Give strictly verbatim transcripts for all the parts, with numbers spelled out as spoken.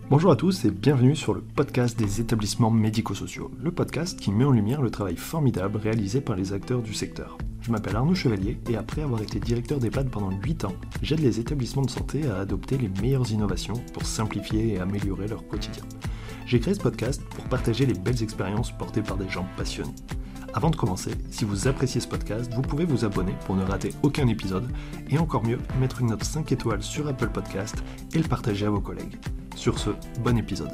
Bonjour à tous et bienvenue sur le podcast des établissements médico-sociaux, le podcast qui met en lumière le travail formidable réalisé par les acteurs du secteur. Je m'appelle Arnaud Chevalier et après avoir été directeur d'EHPAD pendant huit ans, j'aide les établissements de santé à adopter les meilleures innovations pour simplifier et améliorer leur quotidien. J'ai créé ce podcast pour partager les belles expériences portées par des gens passionnés. Avant de commencer, si vous appréciez ce podcast, vous pouvez vous abonner pour ne rater aucun épisode et encore mieux, mettre une note cinq étoiles sur Apple Podcast et le partager à vos collègues. Sur ce, bon épisode.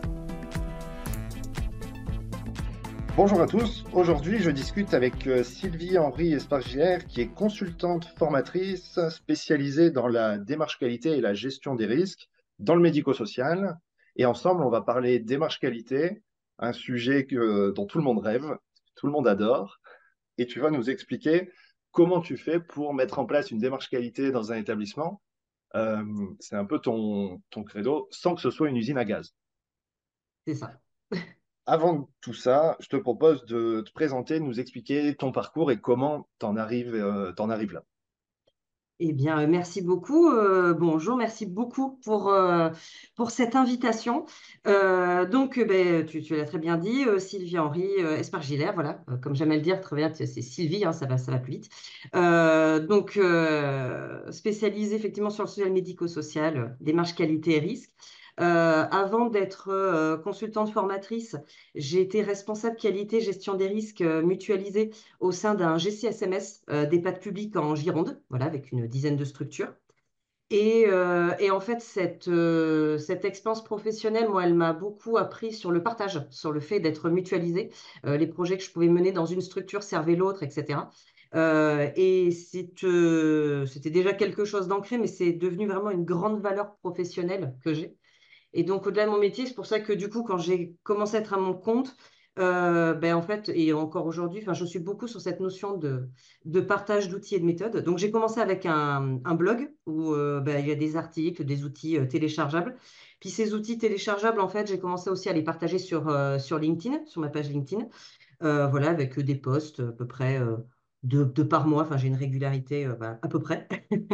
Bonjour à tous, aujourd'hui je discute avec euh, Sylvie Henry Espargilière qui est consultante formatrice spécialisée dans la démarche qualité et la gestion des risques dans le médico-social. Et ensemble on va parler démarche qualité, un sujet que, dont tout le monde rêve, tout le monde adore. Et tu vas nous expliquer comment tu fais pour mettre en place une démarche qualité dans un établissement. Euh, c'est un peu ton, ton credo sans que ce soit une usine à gaz. C'est ça. Avant tout ça, je te propose de te présenter, de nous expliquer ton parcours et comment t'en arrives, euh, t'en arrives là. Eh bien, euh, merci beaucoup. Euh, bonjour, merci beaucoup pour, euh, pour cette invitation. Euh, donc, euh, ben, tu, tu l'as très bien dit, euh, Sylvie Henry euh, Espargilière, voilà, euh, comme j'aime à le dire, très bien, c'est Sylvie, hein, ça va, ça va plus vite. Euh, donc, euh, spécialisée effectivement sur le social médico-social, euh, démarche qualité et risque. Euh, avant d'être euh, consultante formatrice, j'ai été responsable qualité gestion des risques euh, mutualisés au sein d'un G C S M S euh, d'EHPAD public en Gironde, voilà, avec une dizaine de structures. Et, euh, et en fait, cette, euh, cette expérience professionnelle, moi, elle m'a beaucoup appris sur le partage, sur le fait d'être mutualisé. Euh, les projets que je pouvais mener dans une structure servaient l'autre, et cetera. Euh, et c'est, euh, c'était déjà quelque chose d'ancré, mais c'est devenu vraiment une grande valeur professionnelle que j'ai. Et donc, au-delà de mon métier, c'est pour ça que du coup, quand j'ai commencé à être à mon compte, euh, ben, en fait, et encore aujourd'hui, enfin, je suis beaucoup sur cette notion de, de partage d'outils et de méthodes. Donc, j'ai commencé avec un, un blog où euh, ben, il y a des articles, des outils euh, téléchargeables. Puis ces outils téléchargeables, en fait, j'ai commencé aussi à les partager sur, euh, sur LinkedIn, sur ma page LinkedIn, euh, voilà, avec des posts à peu près euh, deux, deux par mois. Enfin, j'ai une régularité euh, ben, à peu près.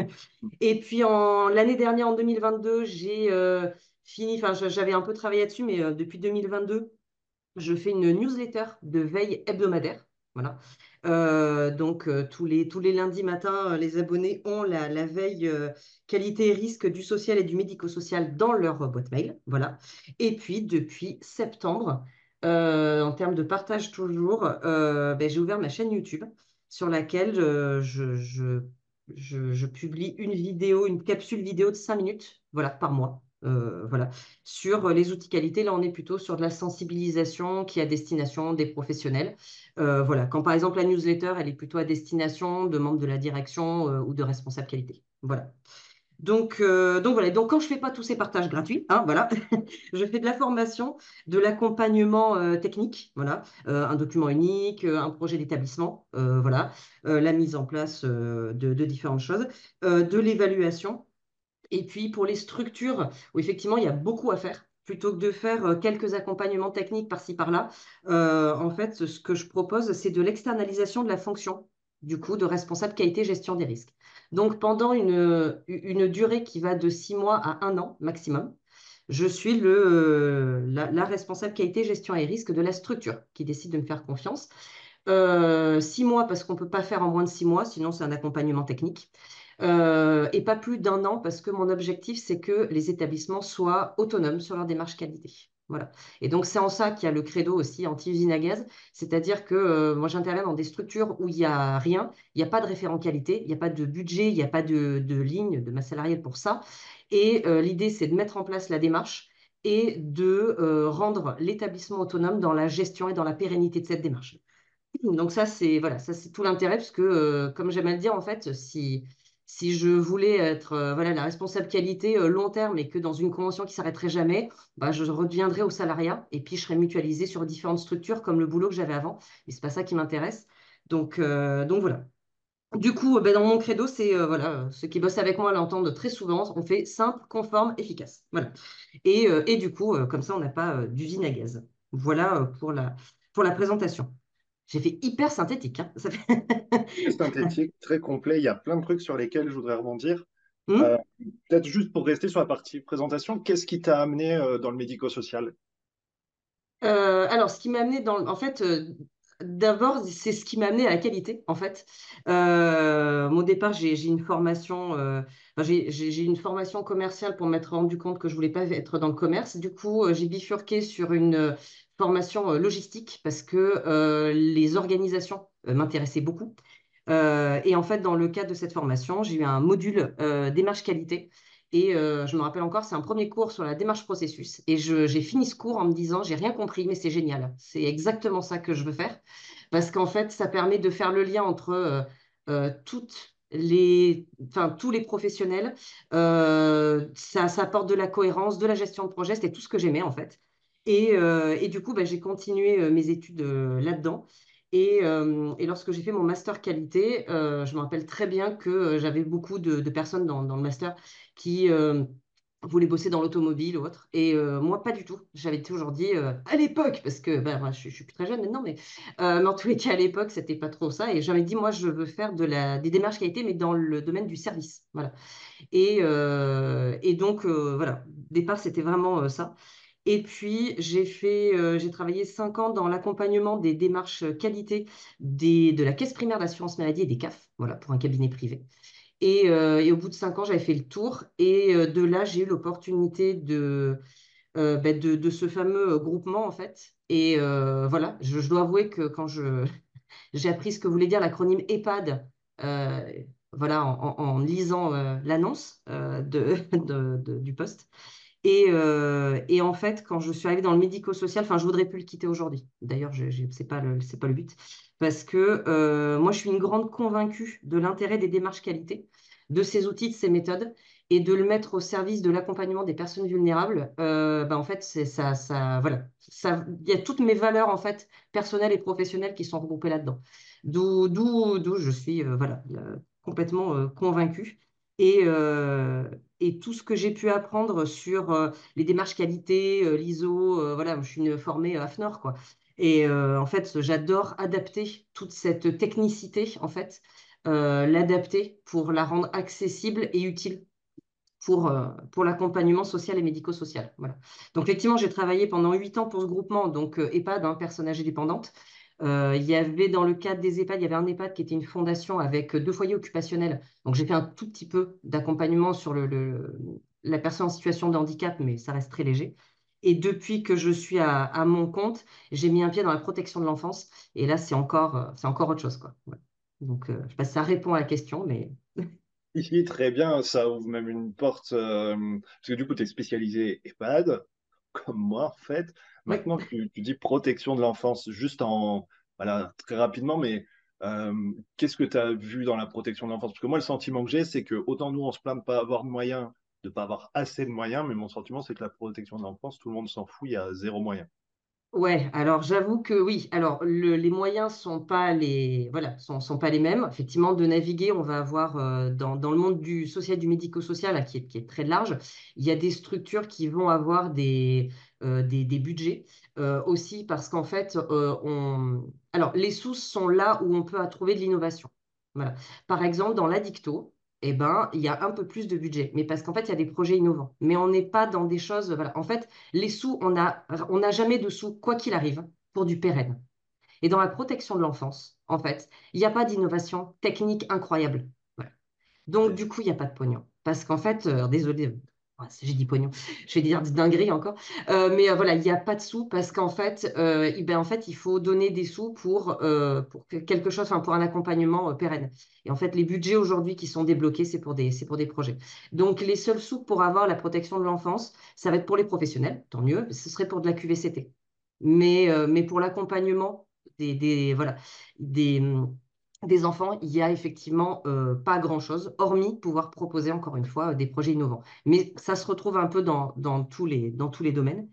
Et puis en l'année dernière, en deux mille vingt-deux, j'ai euh, fini, enfin je- j'avais un peu travaillé là-dessus, mais euh, depuis deux mille vingt-deux, je fais une newsletter de veille hebdomadaire. Voilà. Euh, donc euh, tous les, tous les lundis matins, euh, les abonnés ont la, la veille euh, qualité et risque du social et du médico-social dans leur euh, boîte mail. Voilà. Et puis depuis septembre, euh, en termes de partage toujours, euh, ben, j'ai ouvert ma chaîne YouTube sur laquelle euh, je, je, je, je publie une vidéo, une capsule vidéo de cinq minutes, voilà, par mois. Euh, voilà, sur les outils qualité. Là, on est plutôt sur de la sensibilisation qui est à destination des professionnels. Euh, voilà, quand par exemple la newsletter, elle est plutôt à destination de membres de la direction euh, ou de responsables qualité. Voilà. Donc, euh, donc voilà. Donc quand je fais pas tous ces partages gratuits, hein, voilà, je fais de la formation, de l'accompagnement euh, technique, voilà, euh, un document unique, euh, un projet d'établissement, euh, voilà, euh, la mise en place euh, de, de différentes choses, euh, de l'évaluation. Et puis pour les structures où effectivement il y a beaucoup à faire, plutôt que de faire euh, quelques accompagnements techniques par-ci par-là, euh, en fait ce que je propose c'est de l'externalisation de la fonction du coup de responsable qualité gestion des risques. Donc pendant une, une durée qui va de six mois à un an maximum, je suis le, euh, la, la responsable qualité gestion et risques de la structure qui décide de me faire confiance. Euh, six mois parce qu'on ne peut pas faire en moins de six mois, sinon c'est un accompagnement technique. Euh, et pas plus d'un an parce que mon objectif, c'est que les établissements soient autonomes sur leur démarche qualité. Voilà. Et donc, c'est en ça qu'il y a le credo aussi anti-usine à gaz, c'est-à-dire que euh, moi, j'interviens dans des structures où il n'y a rien, il n'y a pas de référent qualité, il n'y a pas de budget, il n'y a pas de, de ligne de masse salariale pour ça. Et euh, l'idée, c'est de mettre en place la démarche et de euh, rendre l'établissement autonome dans la gestion et dans la pérennité de cette démarche. Donc ça, c'est voilà, ça c'est tout l'intérêt parce que, euh, comme j'aime à le dire, en fait, si, si je voulais être euh, voilà, la responsable qualité euh, long terme et que dans une convention qui s'arrêterait jamais, bah, je reviendrais au salariat et puis je serais mutualisée sur différentes structures comme le boulot que j'avais avant. Mais c'est pas ça qui m'intéresse. Donc, euh, donc voilà. Du coup, euh, ben, dans mon credo, c'est euh, voilà, euh, ceux qui bossent avec moi l'entendent très souvent. On fait simple, conforme, efficace. Voilà. Et, euh, et du coup, euh, comme ça, on n'a pas euh, d'usine à gaz. Voilà euh, pour la, pour la présentation. J'ai fait hyper synthétique, hein. Ça fait- Très synthétique, très complet, il y a plein de trucs sur lesquels je voudrais rebondir. Hmm. Euh, Peut-être juste pour rester sur la partie présentation, qu'est-ce qui t'a amené euh, dans le médico-social? Euh, alors, ce qui m'a amené dans, le- en fait, euh, d'abord, c'est ce qui m'a amené à la qualité, en fait. Euh, mon départ, j'ai, j'ai une formation, euh, enfin, j'ai, j'ai j'ai une formation commerciale pour m'être rendu compte que je voulais pas être dans le commerce. Du coup, euh, j'ai bifurqué sur une euh, formation euh, logistique parce que euh, les organisations euh, m'intéressaient beaucoup. Euh, et en fait, dans le cadre de cette formation, j'ai eu un module euh, démarche qualité. Et euh, je me rappelle encore, c'est un premier cours sur la démarche processus. Et je- j'ai fini ce cours en me disant, j'ai rien compris, mais c'est génial. C'est exactement ça que je veux faire. Parce qu'en fait, ça permet de faire le lien entre euh, euh, toutes les, enfin, tous les professionnels. Euh, ça, ça apporte de la cohérence, de la gestion de projet. C'était tout ce que j'aimais, en fait. Et, euh, et du coup, bah, j'ai continué euh, mes études euh, là-dedans. Et, euh, et lorsque j'ai fait mon master qualité, euh, je me rappelle très bien que euh, j'avais beaucoup de, de personnes dans, dans le master qui euh, voulaient bosser dans l'automobile ou autre. Et euh, moi, pas du tout. J'avais toujours dit euh, à l'époque, parce que ben, moi, je, je suis plus très jeune maintenant, mais, euh, mais en tous les cas, à l'époque, c'était pas trop ça. Et j'avais dit, moi, je veux faire de la, des démarches qualité, mais dans le domaine du service. Voilà. Et, euh, et donc, euh, voilà, au départ, c'était vraiment euh, ça. Et puis, j'ai fait, euh, j'ai travaillé cinq ans dans l'accompagnement des démarches qualité des, de la Caisse primaire d'assurance maladie et des C A F, voilà, pour un cabinet privé. Et, euh, et au bout de cinq ans, j'avais fait le tour. Et euh, de là, j'ai eu l'opportunité de, euh, ben, de, de ce fameux groupement, en fait. Et euh, voilà, je, je dois avouer que quand je, j'ai appris ce que voulait dire l'acronyme EHPAD, euh, voilà, en, en- en lisant euh, l'annonce euh, de, de- de- du poste. Et, euh, et en fait, quand je suis arrivée dans le médico-social, enfin, je voudrais plus le quitter aujourd'hui. D'ailleurs, je, je, c'est pas le, c'est pas le but. Parce que euh, moi, je suis une grande convaincue de l'intérêt des démarches qualité, de ces outils, de ces méthodes, et de le mettre au service de l'accompagnement des personnes vulnérables. Euh, ben, en fait, c'est ça, ça, voilà. Ça, il y a toutes mes valeurs, en fait, personnelles et professionnelles qui sont regroupées là-dedans. D'où, d'où, d'où je suis, euh, voilà, euh, complètement euh, convaincue. Et, euh, et tout ce que j'ai pu apprendre sur euh, les démarches qualité, euh, l'I S O, euh, voilà, je suis une formée A F N O R, quoi. Et euh, en fait, j'adore adapter toute cette technicité, en fait, euh, l'adapter pour la rendre accessible et utile pour, euh, pour l'accompagnement social et médico-social. Voilà. Donc, effectivement, j'ai travaillé pendant huit ans pour ce groupement, donc euh, EHPAD, hein, personnes âgées dépendantes. Euh, il y avait dans le cadre des EHPAD, il y avait un EHPAD qui était une fondation avec deux foyers occupationnels. Donc, j'ai fait un tout petit peu d'accompagnement sur le, le- la personne en situation de handicap, mais ça reste très léger. Et depuis que je suis à, à mon compte, j'ai mis un pied dans la protection de l'enfance. Et là, c'est encore, euh, c'est encore autre chose, quoi. Ouais. Donc, euh, je ne sais pas si ça répond à la question, mais Oui, très bien, ça ouvre même une porte, euh, parce que du coup, tu es spécialisé EHPAD, comme moi en fait. oui. Maintenant, tu, tu dis protection de l'enfance, juste en, voilà, très rapidement, mais euh, qu'est-ce que tu as vu dans la protection de l'enfance? Parce que moi, le sentiment que j'ai, c'est que autant nous, on se plaint de pas avoir de moyens, de pas avoir assez de moyens, mais mon sentiment, c'est que la protection de l'enfance, tout le monde s'en fout, il y a zéro moyen. Ouais, alors j'avoue que oui. Alors le- les moyens sont pas les voilà sont, sont pas les mêmes. Effectivement, de naviguer, on va avoir euh, dans, dans le monde du social, du médico-social là, qui est, qui est très large. Il y a des structures qui vont avoir des euh, des, des budgets euh, aussi parce qu'en fait euh, on alors les sous sont là où on peut trouver de l'innovation. Voilà. Par exemple, dans l'addicto, eh ben il y a un peu plus de budget, mais parce qu'en fait il y a des projets innovants. Mais on n'est pas dans des choses voilà. En fait les sous, on a, on n'a jamais de sous, quoi qu'il arrive, pour du pérenne. Et dans la protection de l'enfance, en fait, il n'y a pas d'innovation technique incroyable. Voilà. Donc, Très du coup, il n'y a pas de pognon. Parce qu'en fait, euh, désolé, euh, ouais, j'ai dit pognon, je vais dire des dingueries encore. Euh, mais euh, voilà, il n'y a pas de sous parce qu'en fait, euh, eh ben, en fait, il faut donner des sous pour, euh, pour que- quelque chose, enfin, pour un accompagnement euh, pérenne. Et en fait, les budgets aujourd'hui qui sont débloqués, c'est pour des, c'est pour des projets. Donc, les seuls sous pour avoir la protection de l'enfance, ça va être pour les professionnels, tant mieux, ce serait pour de la Q V C T. Mais, euh, mais pour l'accompagnement des, des, voilà, des, des enfants, il y a effectivement euh, pas grand-chose, hormis pouvoir proposer encore une fois euh, des projets innovants. Mais ça se retrouve un peu dans, dans tous les, dans tous les domaines.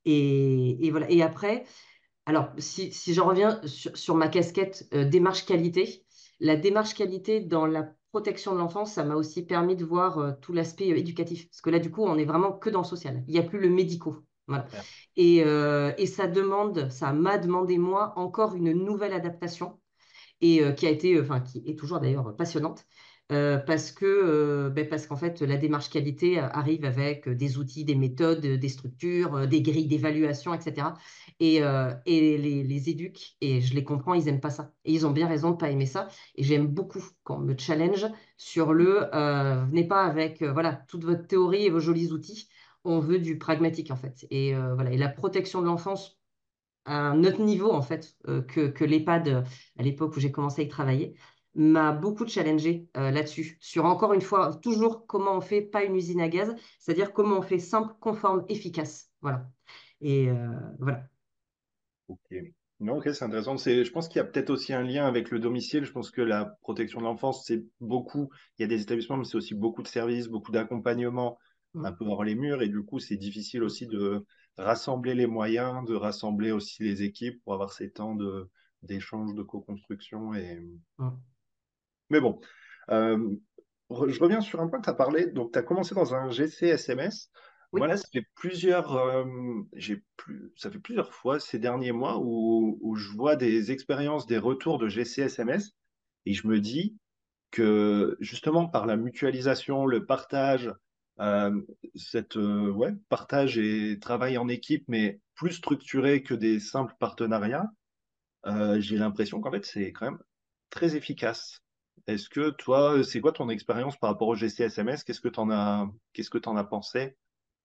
Et, et voilà. Et après, alors si, si j'en reviens sur, sur ma casquette euh, démarche qualité, la démarche qualité dans la protection de l'enfance, ça m'a aussi permis de voir euh, tout l'aspect euh, éducatif. Parce que là, du coup, on est vraiment que dans le social. Il n'y a plus le médico. Voilà. clair. Et, euh, et ça demande, ça m'a demandé, moi, encore une nouvelle adaptation et euh, qui a été, euh, enfin, qui est toujours d'ailleurs passionnante, euh, parce que, euh, ben, parce qu'en fait, la démarche qualité euh, arrive avec des outils, des méthodes, des structures, euh, des grilles d'évaluation, et cetera. Et, euh, et les, les éduques, et je les comprends, ils n'aiment pas ça. Et ils ont bien raison de ne pas aimer ça. Et j'aime beaucoup qu'on me challenge sur le euh, venez pas avec euh, voilà, toute votre théorie et vos jolis outils. On veut du pragmatique, en fait. Et, euh, voilà. Et la protection de l'enfance à un autre niveau en fait euh, que, que l'EHPAD euh, à l'époque où j'ai commencé à y travailler m'a beaucoup challengé euh, là-dessus, sur encore une fois, toujours comment on fait pas une usine à gaz, c'est-à-dire comment on fait simple, conforme, efficace. Voilà. Et euh, voilà. Ok. Non, ok, c'est intéressant. C'est, je pense qu'il y a peut-être aussi un lien avec le domicile. Je pense que la protection de l'enfance, c'est beaucoup. Il y a des établissements, mais c'est aussi beaucoup de services, beaucoup d'accompagnement, un Mm, peu hors les murs. Et du coup, c'est difficile mm, aussi de rassembler les moyens, de rassembler aussi les équipes pour avoir ces temps de, d'échange, de co-construction. Et... mm. Mais bon, euh, re- je reviens sur un point que tu as parlé. Donc, tu as commencé dans un G C S M S. Moi, Oui. là, ça fait plusieurs, euh, j'ai plus, ça fait plusieurs fois ces derniers mois où, où je vois des expériences, des retours de G C S M S et je me dis que justement par la mutualisation, le partage, euh, cette euh, ouais, partage et travail en équipe, mais plus structuré que des simples partenariats, euh, j'ai l'impression qu'en fait, c'est quand même très efficace. Est-ce que toi, c'est quoi ton expérience par rapport au G C S M S? Qu'est-ce que tu en as, qu'est-ce que tu en as pensé?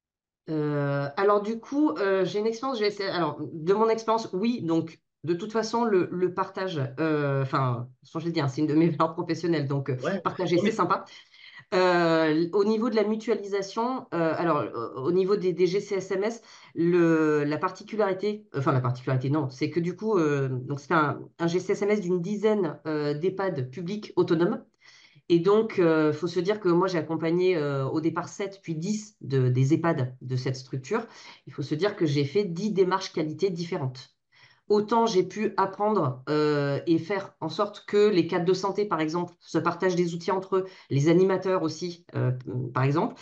Euh, alors du coup, euh, j'ai une expérience, j'ai essayé- alors de mon expérience, oui, donc de toute façon, le, le partage, euh, enfin, je l'ai dit, hein, c'est une de mes valeurs professionnelles, donc euh, Ouais, partager, non, c'est mais sympa. Euh, au niveau de la mutualisation, euh, alors euh, au niveau des, des G C S M S, le, la particularité, enfin la particularité, non, c'est que du coup, euh, donc c'est un, un G C S M S d'une dizaine euh, d'EHPAD publics autonomes. Et donc, il faut se dire que moi, j'ai accompagné euh, au départ sept puis dix de, des EHPAD de cette structure. Il faut se dire que j'ai fait dix démarches qualité différentes. Autant j'ai pu apprendre euh, et faire en sorte que les cadres de santé, par exemple, se partagent des outils entre eux, les animateurs aussi, euh, par exemple,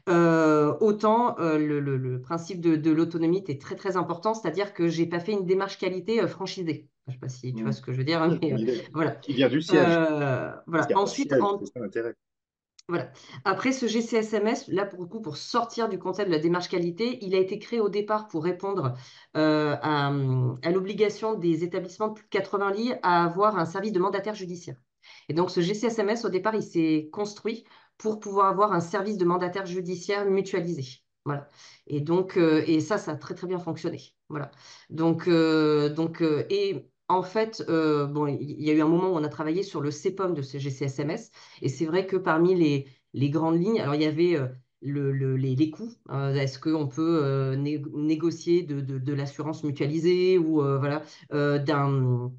euh, autant euh, le, le- le principe de, de l'autonomie était très très important, c'est-à-dire que j'ai pas fait une démarche qualité euh, franchisée. Je ne sais pas si tu vois hmm, ce que je veux dire, hein, j'ai mais une euh, idée. voilà. Qui vient du siège. Euh, Parce voilà. qu'il n'y a pas de Ensuite, siège, en, c'est ça l'intérêt. voilà. Après ce G C S M S, là pour le coup, pour sortir du concept de la démarche qualité, il a été créé au départ pour répondre euh, à, à l'obligation des établissements de plus de quatre-vingts lits à avoir un service de mandataire judiciaire. Et donc ce G C S M S, au départ, il s'est construit pour pouvoir avoir un service de mandataire judiciaire mutualisé. Voilà. Et donc, euh, et ça, ça a très très bien fonctionné. Voilà. Donc, euh, donc euh, et en fait, euh, bon, il y a eu un moment où on a travaillé sur le C E P O M de ce G C S M S. Et c'est vrai que parmi les, les grandes lignes, alors il y avait euh, le, le- les, les coûts. Euh, est-ce qu'on peut euh, né- négocier de, de- de l'assurance mutualisée ou euh, voilà, euh, d'un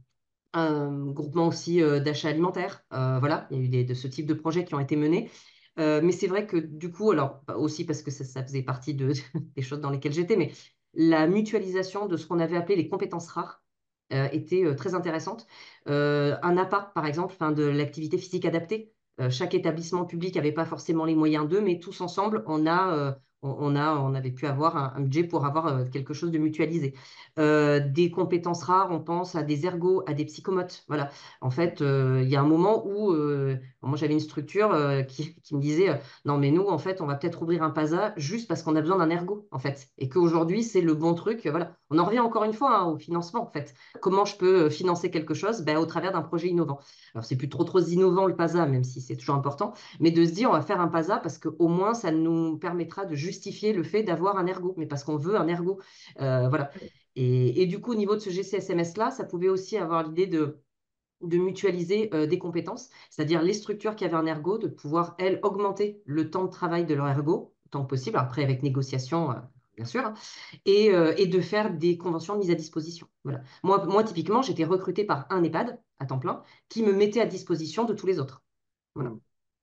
un groupement aussi euh, d'achat alimentaire. Euh, voilà, il y a eu des- de ce type de projets qui ont été menés. Euh, mais c'est vrai que du coup, alors bah, aussi parce que ça, ça faisait partie de, des choses dans lesquelles j'étais, mais la mutualisation de ce qu'on avait appelé les compétences rares euh, était euh, très intéressante. Euh, un A P A, par exemple, enfin, de l'activité physique adaptée. Euh, chaque établissement public n'avait pas forcément les moyens d'eux, mais tous ensemble, on a, euh, on, on a, on avait pu avoir un, un budget pour avoir euh, quelque chose de mutualisé. Euh, des compétences rares, on pense à des ergots, à des psychomotes. Voilà. En fait, euh, il y a un moment où euh, moi j'avais une structure euh, qui, qui me disait euh, non mais nous en fait on va peut-être ouvrir un PASA juste parce qu'on a besoin d'un ergot en fait et qu'aujourd'hui c'est le bon truc. Voilà. On en revient encore une fois hein, au financement en fait. Comment je peux euh, financer quelque chose? Ben, au travers d'un projet innovant. Alors c'est plus trop trop innovant le PASA même si c'est toujours important, mais de se dire on va faire un PASA parce qu'au moins ça nous permettra de justifier le fait d'avoir un ergot, mais parce qu'on veut un ergot. Euh, voilà. Et, et du coup, au niveau de ce G C S M S-là, ça pouvait aussi avoir l'idée de, de mutualiser euh, des compétences, c'est-à-dire les structures qui avaient un ergo, de pouvoir, elles, augmenter le temps de travail de leur ergo, autant que possible, après avec négociation, euh, bien sûr, hein, et, euh, et de faire des conventions de mise à disposition. Voilà. Moi, moi, typiquement, j'étais recrutée par un EHPAD à temps plein qui me mettait à disposition de tous les autres. Voilà. Hmm,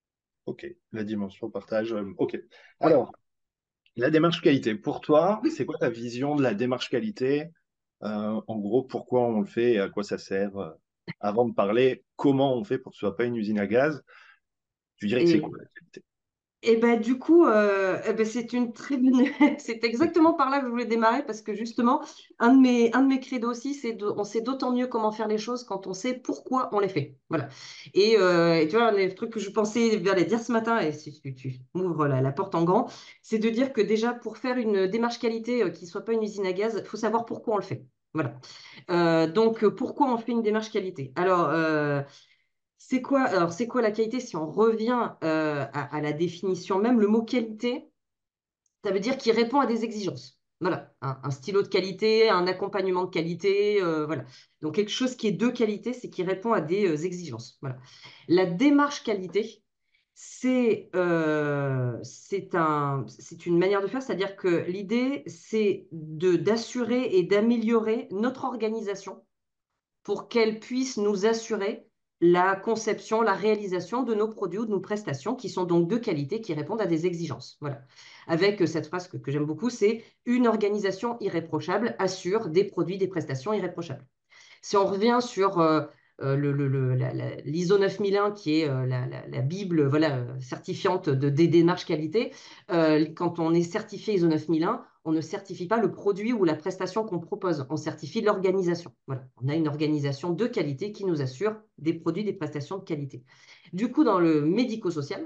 ok, la dimension partage. euh, ok. Ouais. Alors, la démarche qualité. Pour toi, c'est quoi ta vision de la démarche qualité? Euh, en gros, pourquoi on le fait et à quoi ça sert? euh, Avant de parler comment on fait pour que ce soit pas une usine à gaz, tu dirais que c'est Et quoi la qualité? Et ben du coup, euh, eh ben, c'est une très bonne... c'est exactement par là que je voulais démarrer parce que justement, un de mes, un de mes credos aussi, c'est de... on sait d'autant mieux comment faire les choses quand on sait pourquoi on les fait. Voilà. Et, euh, et tu vois, les trucs que je pensais aller dire ce matin, et si tu, tu m'ouvres la, la porte en grand, c'est de dire que déjà, pour faire une démarche qualité euh, qui ne soit pas une usine à gaz, il faut savoir pourquoi on le fait. Voilà. Euh, donc, euh, pourquoi on fait une démarche qualité? Alors, euh, c'est quoi, alors, c'est quoi la qualité? Si on revient euh, à, à la définition même, le mot qualité, ça veut dire qu'il répond à des exigences. Voilà, un, un stylo de qualité, un accompagnement de qualité, euh, voilà. Donc quelque chose qui est de qualité, c'est qui répond à des euh, exigences. Voilà. La démarche qualité, c'est euh, c'est un, c'est une manière de faire, c'est-à-dire que l'idée, c'est de d'assurer et d'améliorer notre organisation pour qu'elle puisse nous assurer la conception, la réalisation de nos produits ou de nos prestations qui sont donc de qualité, qui répondent à des exigences. Voilà. Avec cette phrase que, que j'aime beaucoup, c'est une organisation irréprochable assure des produits, des prestations irréprochables. Si on revient sur euh, euh, le, le, le, la, la, l'I S O neuf mille un, qui est euh, la, la, la Bible voilà, euh, certifiante de, des démarches qualité, euh, quand on est certifié I S O neuf mille un, on ne certifie pas le produit ou la prestation qu'on propose, on certifie l'organisation. Voilà. On a une organisation de qualité qui nous assure des produits, des prestations de qualité. Du coup, dans le médico-social,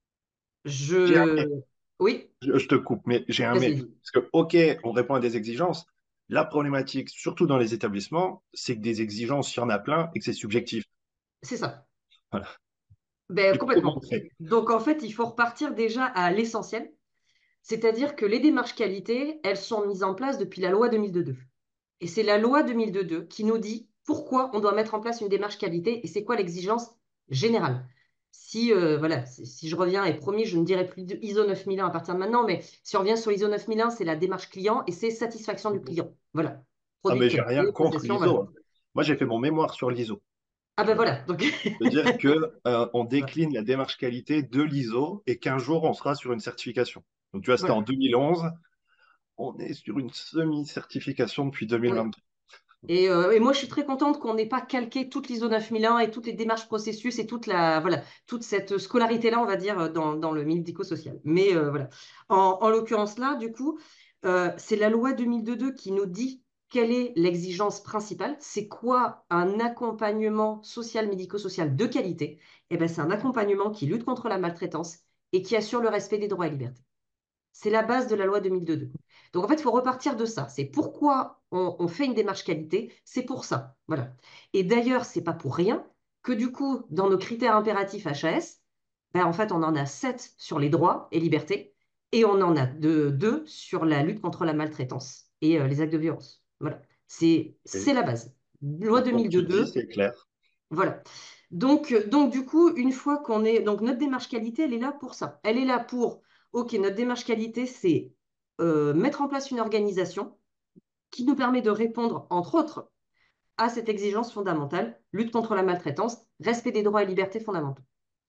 J'ai un je... mais, Oui, je, je te coupe, mais j'ai un mais. vas-y. Parce que, OK, on répond à des exigences. La problématique, surtout dans les établissements, c'est que des exigences, il y en a plein et que c'est subjectif. C'est ça. Voilà. Ben, Du coup, comment on complètement. fait? Donc, en fait, il faut repartir déjà à l'essentiel. C'est-à-dire que les démarches qualité, elles sont mises en place depuis la loi deux mille deux. Et c'est la loi deux mille deux qui nous dit pourquoi on doit mettre en place une démarche qualité et c'est quoi l'exigence générale. Si, euh, voilà, si, si je reviens, et promis, je ne dirai plus de I S O neuf mille un à partir de maintenant, mais si on revient sur I S O neuf mille un, c'est la démarche client et c'est satisfaction du client. Voilà. Ah, Produit de mais j'ai rien qualité, contre prestation, voilà. l'I S O, hein. Moi, j'ai fait mon mémoire sur l'I S O. Ah Tu ben vois. voilà. Donc, C'est-à-dire que euh, on décline la démarche qualité de l'I S O et qu'un jour, on sera sur une certification. Donc, tu vois, c'était en voilà. deux mille onze. On est sur une semi-certification depuis Oui. deux mille vingt-trois. Et, euh, et moi, je suis très contente qu'on n'ait pas calqué toute l'I S O neuf mille un et toutes les démarches processus et toute la, voilà, toute cette scolarité-là, on va dire, dans, dans le médico-social. Mais euh, voilà. En, en l'occurrence là, du coup, euh, c'est la loi deux mille deux qui nous dit quelle est l'exigence principale. C'est quoi un accompagnement social, médico-social de qualité? Eh ben, c'est un accompagnement qui lutte contre la maltraitance et qui assure le respect des droits et libertés. C'est la base de la loi deux mille deux. Donc en fait, il faut repartir de ça. C'est pourquoi on, on fait une démarche qualité, c'est pour ça. Voilà. Et d'ailleurs, c'est pas pour rien que du coup, dans nos critères impératifs H A S, ben, en fait, on en a sept sur les droits et libertés et on en a deux, deux sur la lutte contre la maltraitance et euh, les actes de violence. Voilà. C'est Et c'est la base. Loi maintenant que tu le dis, deux mille deux, c'est clair. voilà. Donc, euh, donc, du coup, une fois qu'on est... Donc, notre démarche qualité, elle est là pour ça. Elle est là pour... OK, notre démarche qualité, c'est euh, mettre en place une organisation qui nous permet de répondre, entre autres, à cette exigence fondamentale, lutte contre la maltraitance, respect des droits et libertés fondamentaux.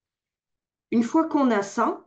Une fois qu'on a ça,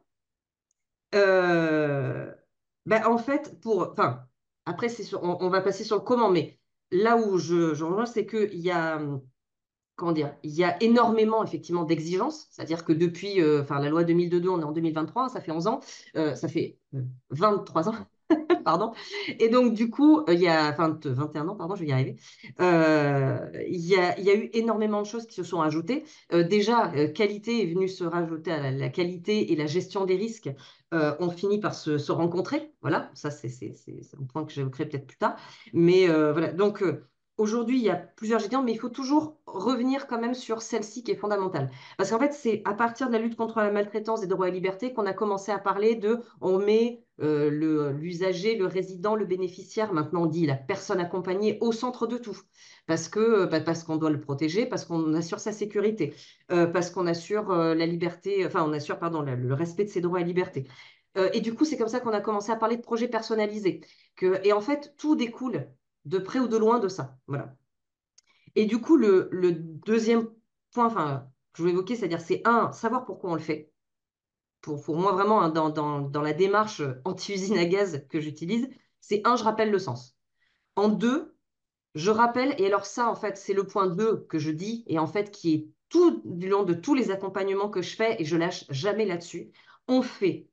euh, ben, en fait, pour... Enfin, après, c'est sur- on, on va passer sur le comment, mais là où je, je rejoins, c'est qu'il y a... Comment dire, il y a énormément effectivement d'exigences, c'est-à-dire que depuis, euh, enfin la loi deux mille deux, on est en deux mille vingt-trois, ça fait onze ans, euh, ça fait euh, vingt-trois ans, pardon. Et donc du coup, euh, il y a, enfin vingt et un ans, pardon, je vais y arriver. Euh, il y a, il y a eu énormément de choses qui se sont ajoutées. Euh, déjà, euh, qualité est venue se rajouter à la, la qualité et la gestion des risques euh, ont fini par se, se rencontrer. Voilà, ça c'est c'est- c'est- c'est un point que j'évoquerai peut-être plus tard. Mais euh, voilà, donc euh, aujourd'hui, il y a plusieurs gestions, mais il faut toujours revenir quand même sur celle-ci qui est fondamentale. Parce qu'en fait, c'est à partir de la lutte contre la maltraitance des droits et libertés qu'on a commencé à parler de, on met euh, le, l'usager, le résident, le bénéficiaire, maintenant on dit la personne accompagnée au centre de tout. Parce que, bah, parce qu'on doit le protéger, parce qu'on assure sa sécurité, euh, parce qu'on assure euh, la liberté, enfin on assure, pardon, le, le respect de ses droits et libertés. Euh, et du coup, c'est comme ça qu'on a commencé à parler de projets personnalisés. Que, et en fait, tout découle de près ou de loin de ça. Voilà. Et du coup, le, le deuxième point enfin, que je voulais évoquer, c'est-à-dire, c'est un, savoir pourquoi on le fait. Pour, pour moi, vraiment, hein, dans, dans, dans la démarche anti-usine à gaz que j'utilise, c'est un, je rappelle le sens. En deux, je rappelle, et alors ça, en fait, c'est le point deux que je dis, et en fait, qui est tout du long de tous les accompagnements que je fais, et je lâche jamais là-dessus. On fait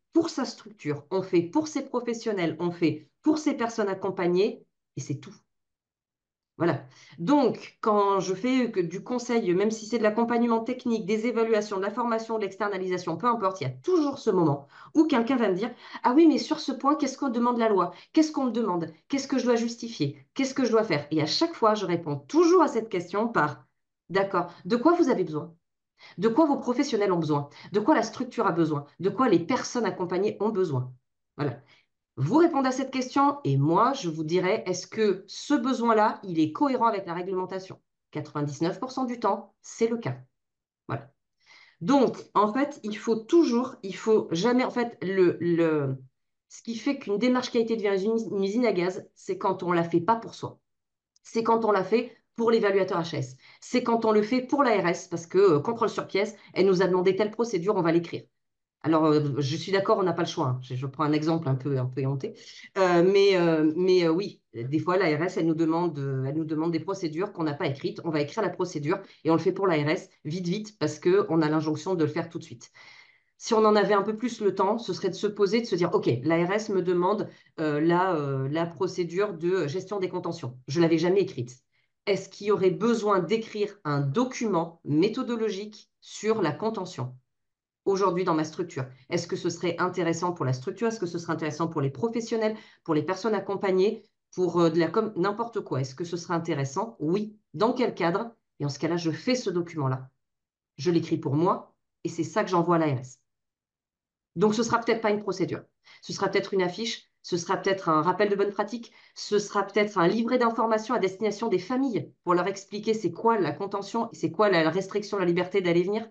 pour sa structure, on fait pour ses professionnels, on fait pour ses personnes accompagnées, et c'est tout. Voilà. Donc, quand je fais que du conseil, même si c'est de l'accompagnement technique, des évaluations, de la formation, de l'externalisation, peu importe, il y a toujours ce moment où quelqu'un va me dire, ah oui, mais sur ce point, qu'est-ce qu'on demande la loi? Qu'est-ce qu'on me demande? Qu'est-ce que je dois justifier? Qu'est-ce que je dois faire? Et à chaque fois, je réponds toujours à cette question par, d'accord, de quoi vous avez besoin? De quoi vos professionnels ont besoin? De quoi la structure a besoin? De quoi les personnes accompagnées ont besoin? Voilà. Vous répondez à cette question et moi, je vous dirai, est-ce que ce besoin-là, il est cohérent avec la réglementation? quatre-vingt-dix-neuf pour cent du temps, c'est le cas. Voilà. Donc, en fait, il faut toujours, il faut jamais, en fait, le, le, ce qui fait qu'une démarche qualité devient une, une usine à gaz, c'est quand on ne la fait pas pour soi. C'est quand on l'a fait pour l'évaluateur H S. C'est quand on le fait pour l'A R S, parce que euh, contrôle sur pièce, elle nous a demandé telle procédure, on va l'écrire. Alors, euh, je suis d'accord, on n'a pas le choix, hein. Je, je prends un exemple un peu, un peu éhonté. Euh, mais euh, mais euh, oui, des fois, l'A R S, elle nous demande, euh, elle nous demande des procédures qu'on n'a pas écrites. On va écrire la procédure et on le fait pour l'A R S, vite, vite, parce qu'on a l'injonction de le faire tout de suite. Si on en avait un peu plus le temps, ce serait de se poser, de se dire, OK, l'A R S me demande euh, la, euh, la procédure de gestion des contentions. Je ne l'avais jamais écrite. Est-ce qu'il y aurait besoin d'écrire un document méthodologique sur la contention aujourd'hui dans ma structure? Est-ce que ce serait intéressant pour la structure? Est-ce que ce serait intéressant pour les professionnels, pour les personnes accompagnées, pour euh, de la com n'importe quoi? Est-ce que ce serait intéressant? Oui. Dans quel cadre? Et en ce cas-là, je fais ce document-là. Je l'écris pour moi et c'est ça que j'envoie à l'A R S. Donc, ce sera peut-être pas une procédure. Ce sera peut-être une affiche, ce sera peut-être un rappel de bonne pratique, ce sera peut-être un livret d'informations à destination des familles pour leur expliquer c'est quoi la contention, c'est quoi la restriction de la liberté d'aller venir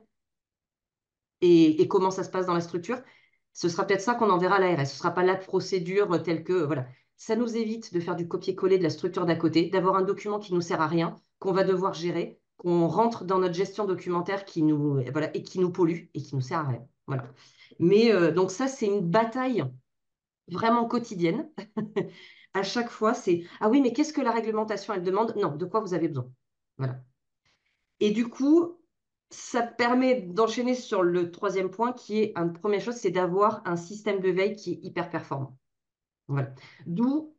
et, et comment ça se passe dans la structure. Ce sera peut-être ça qu'on enverra à l'A R S. Ce ne sera pas la procédure telle que, voilà. Ça nous évite de faire du copier-coller de la structure d'à côté, d'avoir un document qui ne nous sert à rien, qu'on va devoir gérer, qu'on rentre dans notre gestion documentaire qui nous, voilà, et qui nous pollue et qui nous sert à rien. Voilà. Mais euh, donc ça, c'est une bataille vraiment quotidienne. À chaque fois, c'est, ah oui, mais qu'est-ce que la réglementation, elle demande? Non, de quoi vous avez besoin? Voilà. Et du coup, ça permet d'enchaîner sur le troisième point qui est, une première chose, c'est d'avoir un système de veille qui est hyper performant. Voilà. D'où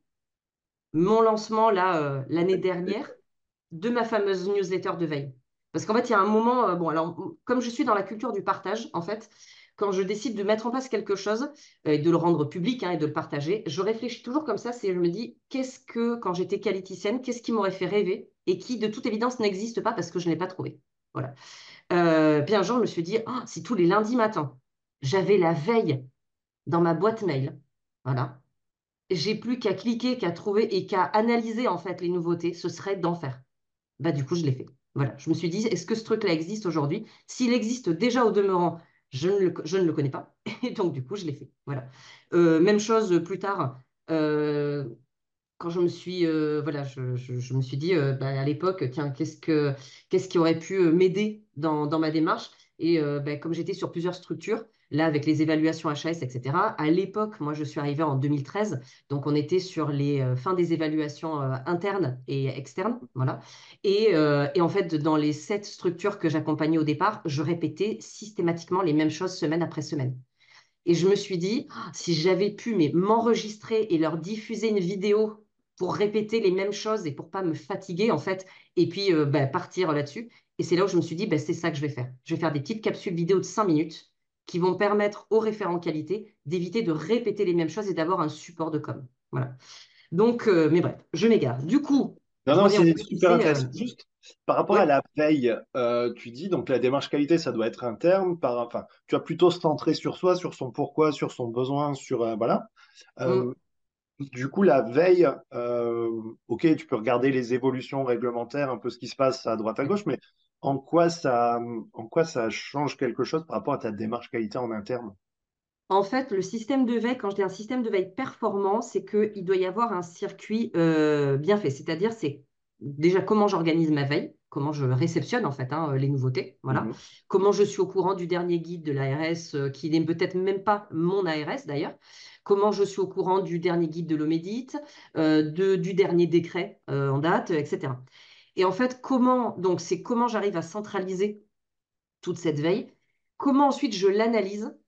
mon lancement là, euh, l'année dernière de ma fameuse newsletter de veille. Parce qu'en fait, il y a un moment, euh, bon, alors, comme je suis dans la culture du partage, en fait, quand je décide de mettre en place quelque chose euh, et de le rendre public hein, et de le partager, je réfléchis toujours comme ça, c'est je me dis, qu'est-ce que, quand j'étais qualiticienne, qu'est-ce qui m'aurait fait rêver et qui, de toute évidence, n'existe pas parce que je ne l'ai pas trouvé. Voilà. Euh, puis un jour, je me suis dit, ah, si tous les lundis matins, j'avais la veille dans ma boîte mail, voilà, j'ai plus qu'à cliquer, qu'à trouver et qu'à analyser en fait les nouveautés, ce serait d'enfer. Bah, du coup, je l'ai fait. Voilà. Je me suis dit, est-ce que ce truc-là existe aujourd'hui? S'il existe déjà au demeurant, je ne le, je ne le connais pas. Et donc, du coup, je l'ai fait. Voilà. Euh, même chose euh, plus tard, euh, quand je me suis, euh, voilà, je, je- je me suis dit euh, bah, à l'époque, tiens, qu'est-ce que, qu'est-ce qui aurait pu euh, m'aider dans, dans ma démarche? Et euh, bah, comme j'étais sur plusieurs structures, là, avec les évaluations H A S, et cetera, à l'époque, moi, je suis arrivée en deux mille treize, donc on était sur les euh, fins des évaluations euh, internes et externes, voilà. Et, euh, et en fait, dans les sept structures que j'accompagnais au départ, je répétais systématiquement les mêmes choses semaine après semaine. Et je me suis dit, ah, si j'avais pu mais m'enregistrer et leur diffuser une vidéo pour répéter les mêmes choses et pour pas me fatiguer en fait, et puis euh, bah, partir là-dessus. Et c'est là où je me suis dit, bah, c'est ça que je vais faire. Je vais faire des petites capsules vidéo de cinq minutes qui vont permettre aux référents qualité d'éviter de répéter les mêmes choses et d'avoir un support de com. Voilà. Donc, euh, mais bref, je m'égare. Du coup, Non, je non, reviens au c'est point. super C'est, euh, intéressant. Juste par rapport à ouais, la veille, euh, tu dis donc la démarche qualité, ça doit être interne. Par, enfin, tu vas plutôt se centrer sur soi, sur son pourquoi, sur son besoin, sur euh, voilà. mm. Euh, du coup, la veille, euh, ok, tu peux regarder les évolutions réglementaires, un peu ce qui se passe à droite à gauche, mais en quoi ça, en quoi ça change quelque chose par rapport à ta démarche qualité en interne? En fait, le système de veille, quand je dis un système de veille performant, c'est qu'il doit y avoir un circuit euh, bien fait. C'est-à-dire, c'est déjà comment j'organise ma veille, comment je réceptionne en fait hein, les nouveautés, voilà. Mhm. Comment je suis au courant du dernier guide de l'A R S, euh, qui n'est peut-être même pas mon A R S d'ailleurs. Comment je suis au courant du dernier guide de l'Omédit, euh, de- du dernier décret euh, en date, et cetera. Et en fait, comment, donc c'est comment j'arrive à centraliser toute cette veille, comment ensuite je l'analyse